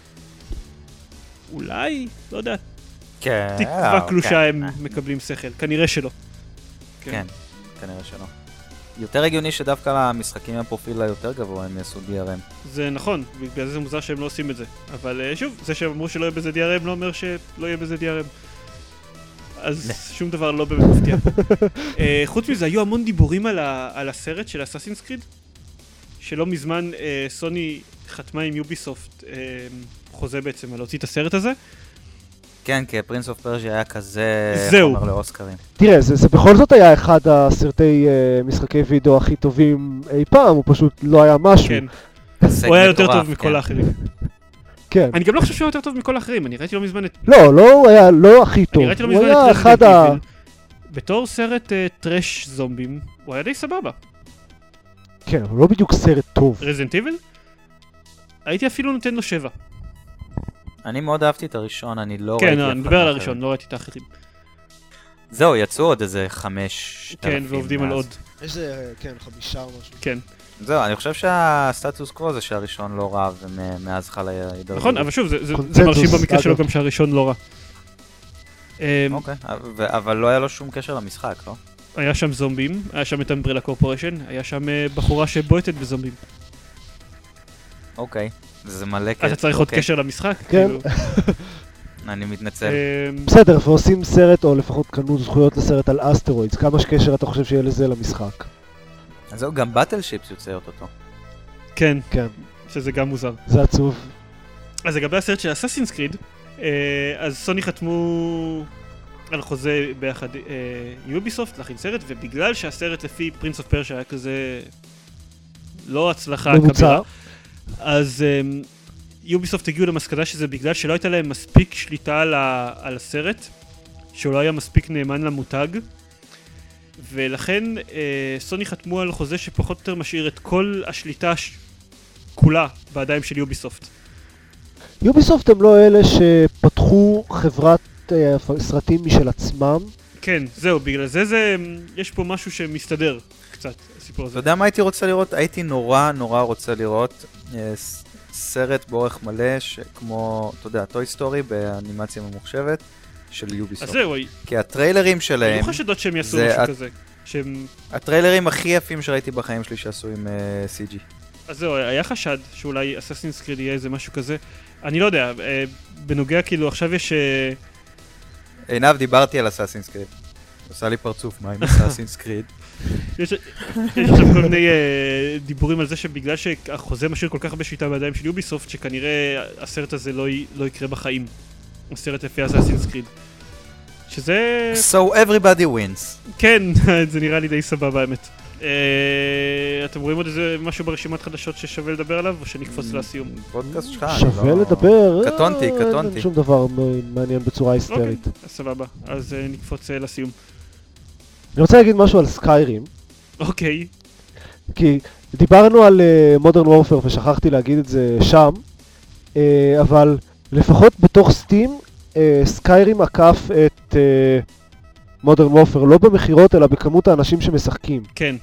אולי, לא יודע, תקווה קלושה הם מקבלים שכל, כנראה שלא. כן, כנראה שלא. יותר הגיוני שדווקא המשחקים הפרופיל היותר גבוה הם יעשו די אר אם. זה נכון, בגלל זה זה מוזר שהם לא עושים את זה. אבל שוב, זה שהם אמרו שלא יהיה בזה די אר אם לא אומר שלא יהיה בזה די אר אם. אז שום דבר לא באמת מפתיע פה. חוץ מזה, היו המון דיבורים על הסרט של Assassin's Creed, שלא מזמן סוני חתמה עם יוביסופט חוזה בעצם על להוציא את הסרט הזה, כן, כי פרינס אוף פרז'יה היה כזה זהו. חומר לאוסקרים. תראה, זה, זה בכל זאת היה אחד הסרטי uh, משחקי וידאו הכי טובים אי פעם, הוא פשוט לא היה משהו. כן. הישג הוא היה יותר מטורף, טוב מכל כן. האחרים. כן. אני גם לא חושב שהוא יותר טוב מכל האחרים, אני ראיתי לא מזמן את... לא, לא, הוא היה לא הכי טוב. אני ראיתי לא הוא מזמן היה את אחד רזידנט ה... איביל. בתור סרט טרש זומבים, הוא היה די סבבה. כן, אבל לא בדיוק סרט טוב. רזידנט איביל? הייתי אפילו נותן לו שבע. אני מאוד אהבתי את הראשון, אני לא כן, ראיתי לא, אף אני אחד מדבר על מהאחרים. הראשון, לא ראיתי את האחרים. זהו, יצאו עוד איזה חמש כן, אלפים ועובדים על מאז. עוד. יש זה, כן, חמישה או משהו. כן. זהו, אני חושב שהסטטוס קוו זה שהראשון לא רע, ומאז חל הידרדרות. נכון, אבל שוב, זה- זה- זה קונצנזוס, מרשים במקרה שלו אגב. גם שהראשון לא רע. אמ, אוקיי, ו- אבל לא היה לו שום קשר למשחק, לא? היה שם זומבים, היה שם את אמברלה קורפוריישן, היה שם אה, בחורה שבועטת בזומבים. אוקיי, זה מלא קשר. אתה צריך עוד אוקיי, קשר למשחק? כן. כאילו. אני מתנצל. אמ, בסדר, ועושים סרט, או לפחות קנו זכויות לסרט על אסטרואידס, כמה שקשר אתה חושב שיהיה לזה למשחק? אז זהו, גם באטל שיפס יוצא אותו. כן, כן, שזה גם מוזר. זה עצוב. אז לגבי הסרט של אסאסינס קריד, אז סוני חתמו על חוזה ביחד יוביסופט להכין סרט, ובגלל שהסרט לפי פרינס אוף פרשה היה כזה לא הצלחה ממוצע. כבירה, אז יוביסופט הגיעו למסקנה שזה בגלל שלא הייתה להם מספיק שליטה על, ה- על הסרט, שהוא לא היה מספיק נאמן למותג, ולכן אה, סוני חתמו על חוזה שפחות או יותר משאיר את כל השליטה ש- כולה בידיים של יוביסופט. יוביסופט הם לא אלה שפתחו חברת אה, סרטים משל עצמם. כן, זהו, בגלל זה זה, יש פה משהו שמסתדר קצת, הסיפור אתה הזה. יודע מה הייתי רוצה לראות? הייתי נורא נורא רוצה לראות אה, ס- סרט באורך מלא, כמו, אתה יודע, טוי סטורי באנימציה ממוחשבת של אז יוביסופט. זהו, כי הטריילרים שלהם, היו חשדות שהם יעשו זה משהו את- כזה. שהם... הטריילרים הכי יפים שראיתי בחיים שלי שעשו עם uh, סי ג'י. אז זהו, היה חשד שאולי אסאסינס קריד יהיה איזה משהו כזה. אני לא יודע, אה, בנוגע כאילו עכשיו יש... אה, עינב, דיברתי על אסאסינס קריד. עושה לי פרצוף, מה עם אסאסינס קריד? יש יש עכשיו כל מיני אה, דיבורים על זה שבגלל שהחוזה משאיר כל כך הרבה שליטה בידיים של יוביסופט, שכנראה הסרט הזה לא, י- לא יקרה בחיים. הסרט לפי אסאסינס קריד. שזה... So everybody wins. כן, זה נראה לי די סבבה האמת. אה, אתם רואים עוד איזה משהו ברשימת חדשות ששווה לדבר עליו, או שנקפוץ לסיום? פודקאסט שלך, אני שווה לא- לדבר. קטונתי, אה, קטונתי. אין שום דבר מ- מעניין בצורה היסטרית. אוקיי, סבבה. אז אה, נקפוץ אה, לסיום. אני רוצה להגיד משהו על סקיירים, אוקיי. כי דיברנו על מודרן וורפר ושכחתי להגיד את זה שם, אה, אבל לפחות בתוך סטים, סקיירים עקף את מודרן וורפר, לא במחירות אלא בכמות האנשים שמשחקים. כן.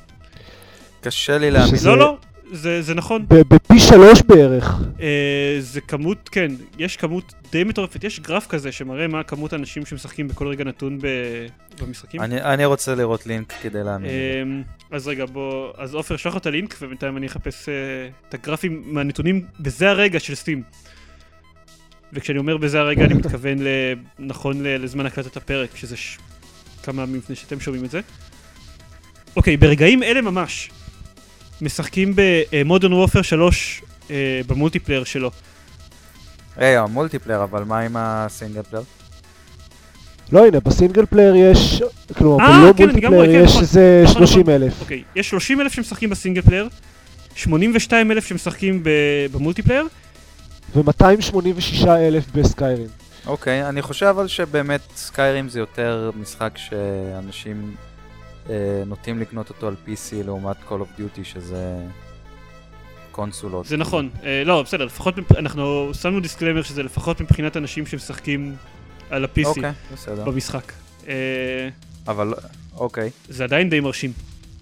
קשה לי להאמין. שזה- לא, לא, זה זה נכון. ב- בפי שלוש בערך. אה, זה כמות, כן, יש כמות די מטורפת. יש גרף כזה שמראה מה כמות האנשים שמשחקים בכל רגע נתון ב- במשחקים. אני אני רוצה לראות לינק כדי להאמין. אמ, אז רגע, בוא, אז עופר, שלח את הלינק, ובינתיים אני אחפש אה, את הגרפים מהנתונים בזה הרגע של סטים. וכשאני אומר בזה הרגע, אני מתכוון ל- נכון ל- לזמן הקלטת הפרק, שזה ש- כמה ימים לפני שאתם שומעים את זה. אוקיי, ברגעים אלה ממש, משחקים במודרן וורפר שלוש אה, במולטיפלייר שלו. היי, המולטיפלייר, אבל מה עם הסינגל פלייר? לא, הנה, בסינגל פלייר יש, כלומר, אה, בלא כן, אני גם רואה, מולטיפלייר כן, יש נכון. איזה נכון, שלושים אלף. אוקיי, יש שלושים אלף שמשחקים בסינגל פלייר, שמונים ושתיים אלף שמשחקים ב- במולטיפלייר, ו-מאתיים שמונים ושישה אלף בסקיירים. אוקיי, אני חושב אבל שבאמת סקיירים זה יותר משחק שאנשים אה, נוטים לקנות אותו על פי סי לעומת Call of Duty שזה קונסולות. זה נכון. אה, לא, בסדר, לפחות, מפ- אנחנו שמנו דיסקלמר שזה לפחות מבחינת אנשים שמשחקים על ה-פי סי אוקיי, בסדר. במשחק. אה, אבל אוקיי. זה עדיין די מרשים.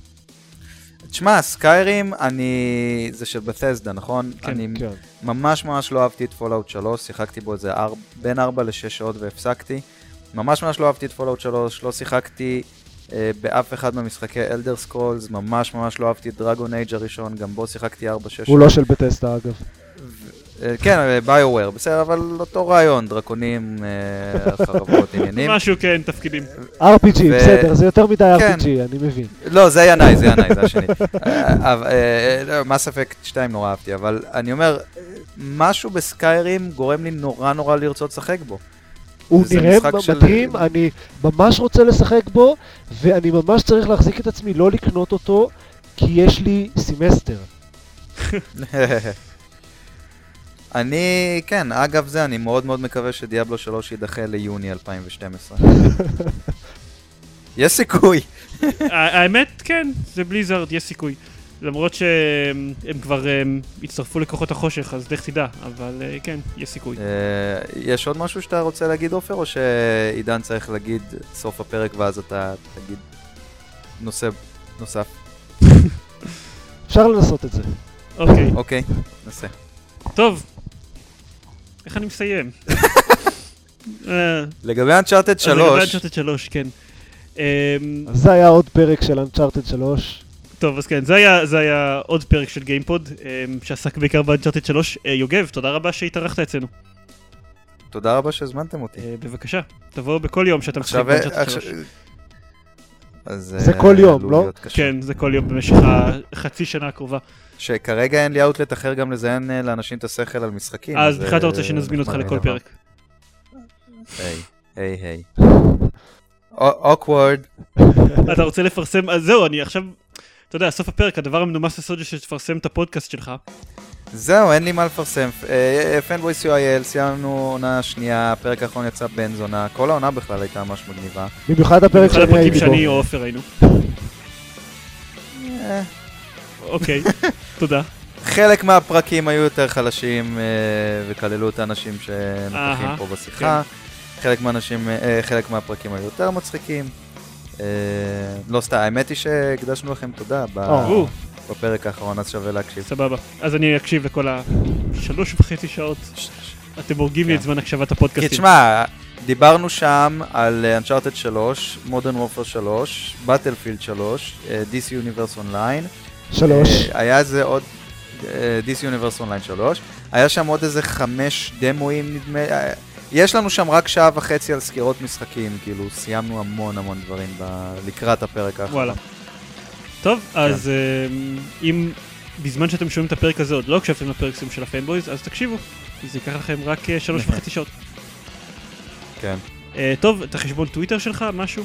תשמע, סקיירים, אני... זה של בתסדה, נכון? כן, אני כן. ממש ממש לא אהבתי את פולאוט שלוש, שיחקתי בו איזה אר... בין ארבע לשש שעות והפסקתי. ממש ממש לא אהבתי את פולאוט שלוש, לא שיחקתי אה, באף אחד מהמשחקי אלדר סקרולס, ממש ממש לא אהבתי את דרגון אייג' הראשון, גם בו שיחקתי ארבע שש שעות. הוא לא של בטסטה אגב. אה, כן, ביואוור, בסדר, אבל אותו רעיון, דרקונים, אה, חרבות, עניינים. משהו, כן, תפקידים. אר פי ג'י, ו- בסדר, זה יותר מדי כן. אר פי ג'י, אני מבין. לא, זה היה ניי, זה היה ניי, זה השני. מס אפקט שתיים נורא אהבתי, אבל אני אומר, משהו בסקיירים גורם לי נורא נורא לרצות לשחק בו. הוא זה נראה משחק של- מדהים, אני ממש רוצה לשחק בו, ואני ממש צריך להחזיק את עצמי לא לקנות אותו, כי יש לי סמסטר. אני, כן, אגב זה, אני מאוד מאוד מקווה שדיאבלו שלוש יידחה ליוני אלפיים ושתים עשרה. יש סיכוי. האמת, כן, זה בליזארד, יש סיכוי. למרות שהם כבר הם, הצטרפו לכוחות החושך, אז לך תדע, אבל אה, כן, יש סיכוי. אה, יש עוד משהו שאתה רוצה להגיד, עופר, או שעידן צריך להגיד סוף הפרק ואז אתה תגיד נושא נוסף? אפשר לנסות את זה. אוקיי, אוקיי, נעשה. טוב. איך אני מסיים? אה, לגבי אנצ'ארטד אז לגבי שלוש, Uncharted שלוש, כן. אמ, אז זה היה עוד פרק של Uncharted שלוש. טוב, אז כן, זה היה, זה היה עוד פרק של גיימפוד, אמ, שעסק בעיקר ב-Uncharted שלוש. אה, יוגב, תודה רבה שהתארחת אצלנו. תודה רבה שהזמנתם אותי. אה, בבקשה, תבוא בכל יום שאתה משחק עכשיו, ב-Uncharted עכשיו- שלוש. אז, זה אה, כל יום, עלול לא? להיות קשה. כן, זה כל יום במשך החצי שנה הקרובה. שכרגע אין לי אאוטלט אחר גם לזיין אה, לאנשים את השכל על משחקים. אז בכלל אתה רוצה אה, שנזמין אותך נחמד לכל לי פרק. היי, היי, היי. אוקוורד. אתה רוצה לפרסם, אז זהו, אני עכשיו, אתה יודע, סוף הפרק, הדבר המנומס לסוד זה שתפרסם את הפודקאסט שלך. זהו, אין לי מה לפרסם. פנבויס יו איי אל, סיימנו עונה שנייה, הפרק האחרון יצא בן זונה, כל העונה בכלל הייתה ממש מגניבה. במיוחד הפרק במיוחד שאני הפרקים הייתי שאני בו. או עופר היינו. אה, אוקיי, תודה. חלק מהפרקים היו יותר חלשים אה, וכללו את האנשים שנוכחים אהה, פה בשיחה. חלק מהאנשים, אה, חלק מהפרקים היו יותר מצחיקים. אה, לא סתם, האמת היא שהקדשנו לכם תודה ב- או, בפרק האחרון, אז שווה להקשיב. סבבה. אז אני אקשיב לכל השלוש וחצי שעות. אתם הורגים לי כן. את זמן הקשבת כי הפודקאסטים. תשמע, דיברנו שם על Uncharted שלוש, Modern Warfare שלוש, Battlefield שלוש, אה, די סי Universe Online. שלוש. אה, היה איזה עוד, אה, די סי Universe Online שלוש. היה שם עוד איזה חמש דמואים נדמה, אה, יש לנו שם רק שעה וחצי על סקירות משחקים, כאילו סיימנו המון המון דברים ב- לקראת הפרק האחרון. וואלה. טוב, אז אמ, אם בזמן שאתם שומעים את הפרק הזה עוד לא הקשבתם לפרק סיום של הפנבויז, אז תקשיבו. זה ייקח לכם רק אה, שלוש וחצי שעות. כן. אה, טוב, את החשבון טוויטר שלך, משהו?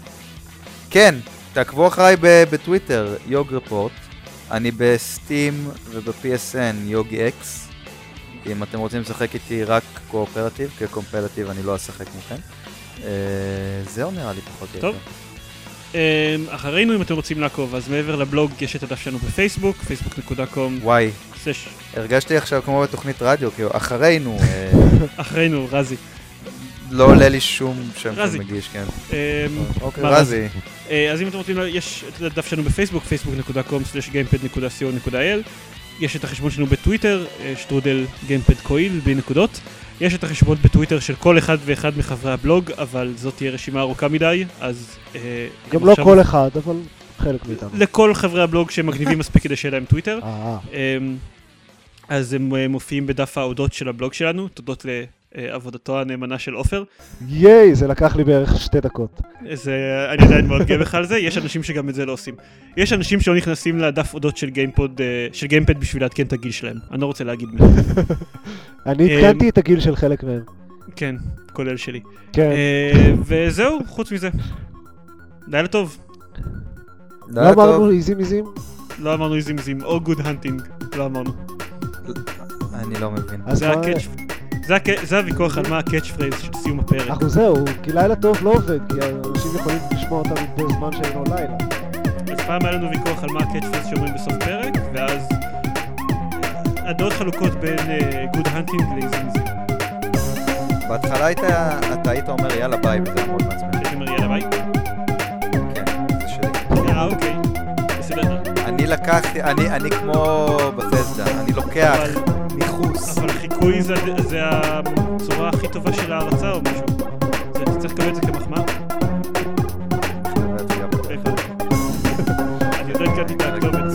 כן, תעקבו אחריי ב- בטוויטר, יוג רפורט. אני בסטים וב-פי אס אן יוגי אקס. אם אתם רוצים לשחק איתי רק קואופרטיב, כקומפלטיב אני לא אשחק מוכן. אה, זהו נראה לי פחות או טוב. יותר. אמ, אחרינו, אם אתם רוצים לעקוב, אז מעבר לבלוג יש את הדף שלנו בפייסבוק, פייסבוק נקודה קום וואי, סלש הרגשתי עכשיו כמו בתוכנית רדיו, כאילו אחרינו, אה, אחרינו, רזי. לא עולה לי שום שם רזי. שמגיש, כן. אמ, אוקיי, מה רזי. אה, אז אם אתם רוצים, יש את הדף שלנו בפייסבוק, פייסבוק נקודה קום סלש גיימפד נקודה סי או נקודה איי אל. יש את החשבון שלנו בטוויטר, אה, שטרודל גיימפד קויל, בלי נקודות. יש את החשבון בטוויטר של כל אחד ואחד מחברי הבלוג, אבל זאת תהיה רשימה ארוכה מדי, אז... אה, גם לא עכשיו- כל אחד, אבל חלק מאיתנו. לכל חברי הבלוג שמגניבים מספיק כדי שיהיה להם טוויטר. אה, אמ, אז הם אה, מופיעים בדף ההודות של הבלוג שלנו, תודות לעבודתו הנאמנה של עופר. ייי, זה לקח לי בערך שתי דקות. אז אה, אני עדיין מאוד גאה בך על זה, יש אנשים שגם את זה לא עושים. יש אנשים שלא נכנסים לדף הודות של גיימפוד, אה, של גיימפד בשביל לעדכן את הגיל שלהם. אני לא רוצה להגיד מי. אני עדכנתי את הגיל של חלק מהם. כן, כולל שלי. כן. אה, וזהו, חוץ מזה. לילה טוב. לא לילה טוב. אמרנו איזים איזים? לא אמרנו איזים איזים, או גוד הנטינג. לא אמרנו. אני לא מבין. אז זה מה... הקאץ' זה הקאץ'- זה הוויכוח על מה הקאץ' פרייז של סיום הפרק. אנחנו זהו, כי לילה טוב לא עובד, כי אנשים יכולים לשמוע אותנו בזמן שאינו לילה. אז פעם היה לנו ויכוח על מה הקאץ' פרייז שאומרים בסוף פרק, ואז הדעות חלוקות בין גוד הנטינג לאיזים איזים. בהתחלה היית, אתה היית אומר יאללה ביי, וזה היה מאוד מעצבן. הייתי אומר יאללה ביי. כן, זה שלי. אה אוקיי, בסדר. אני לקחתי, אני, אני כמו בפסדה, אני לוקח אבל- ניחוס. אבל חיקוי זה- זה הצורה הכי טובה של ההרצה או משהו. זה- אתה צריך לקבל את זה כמחמאה. אני עוד לא הקלטתי את הכתובת.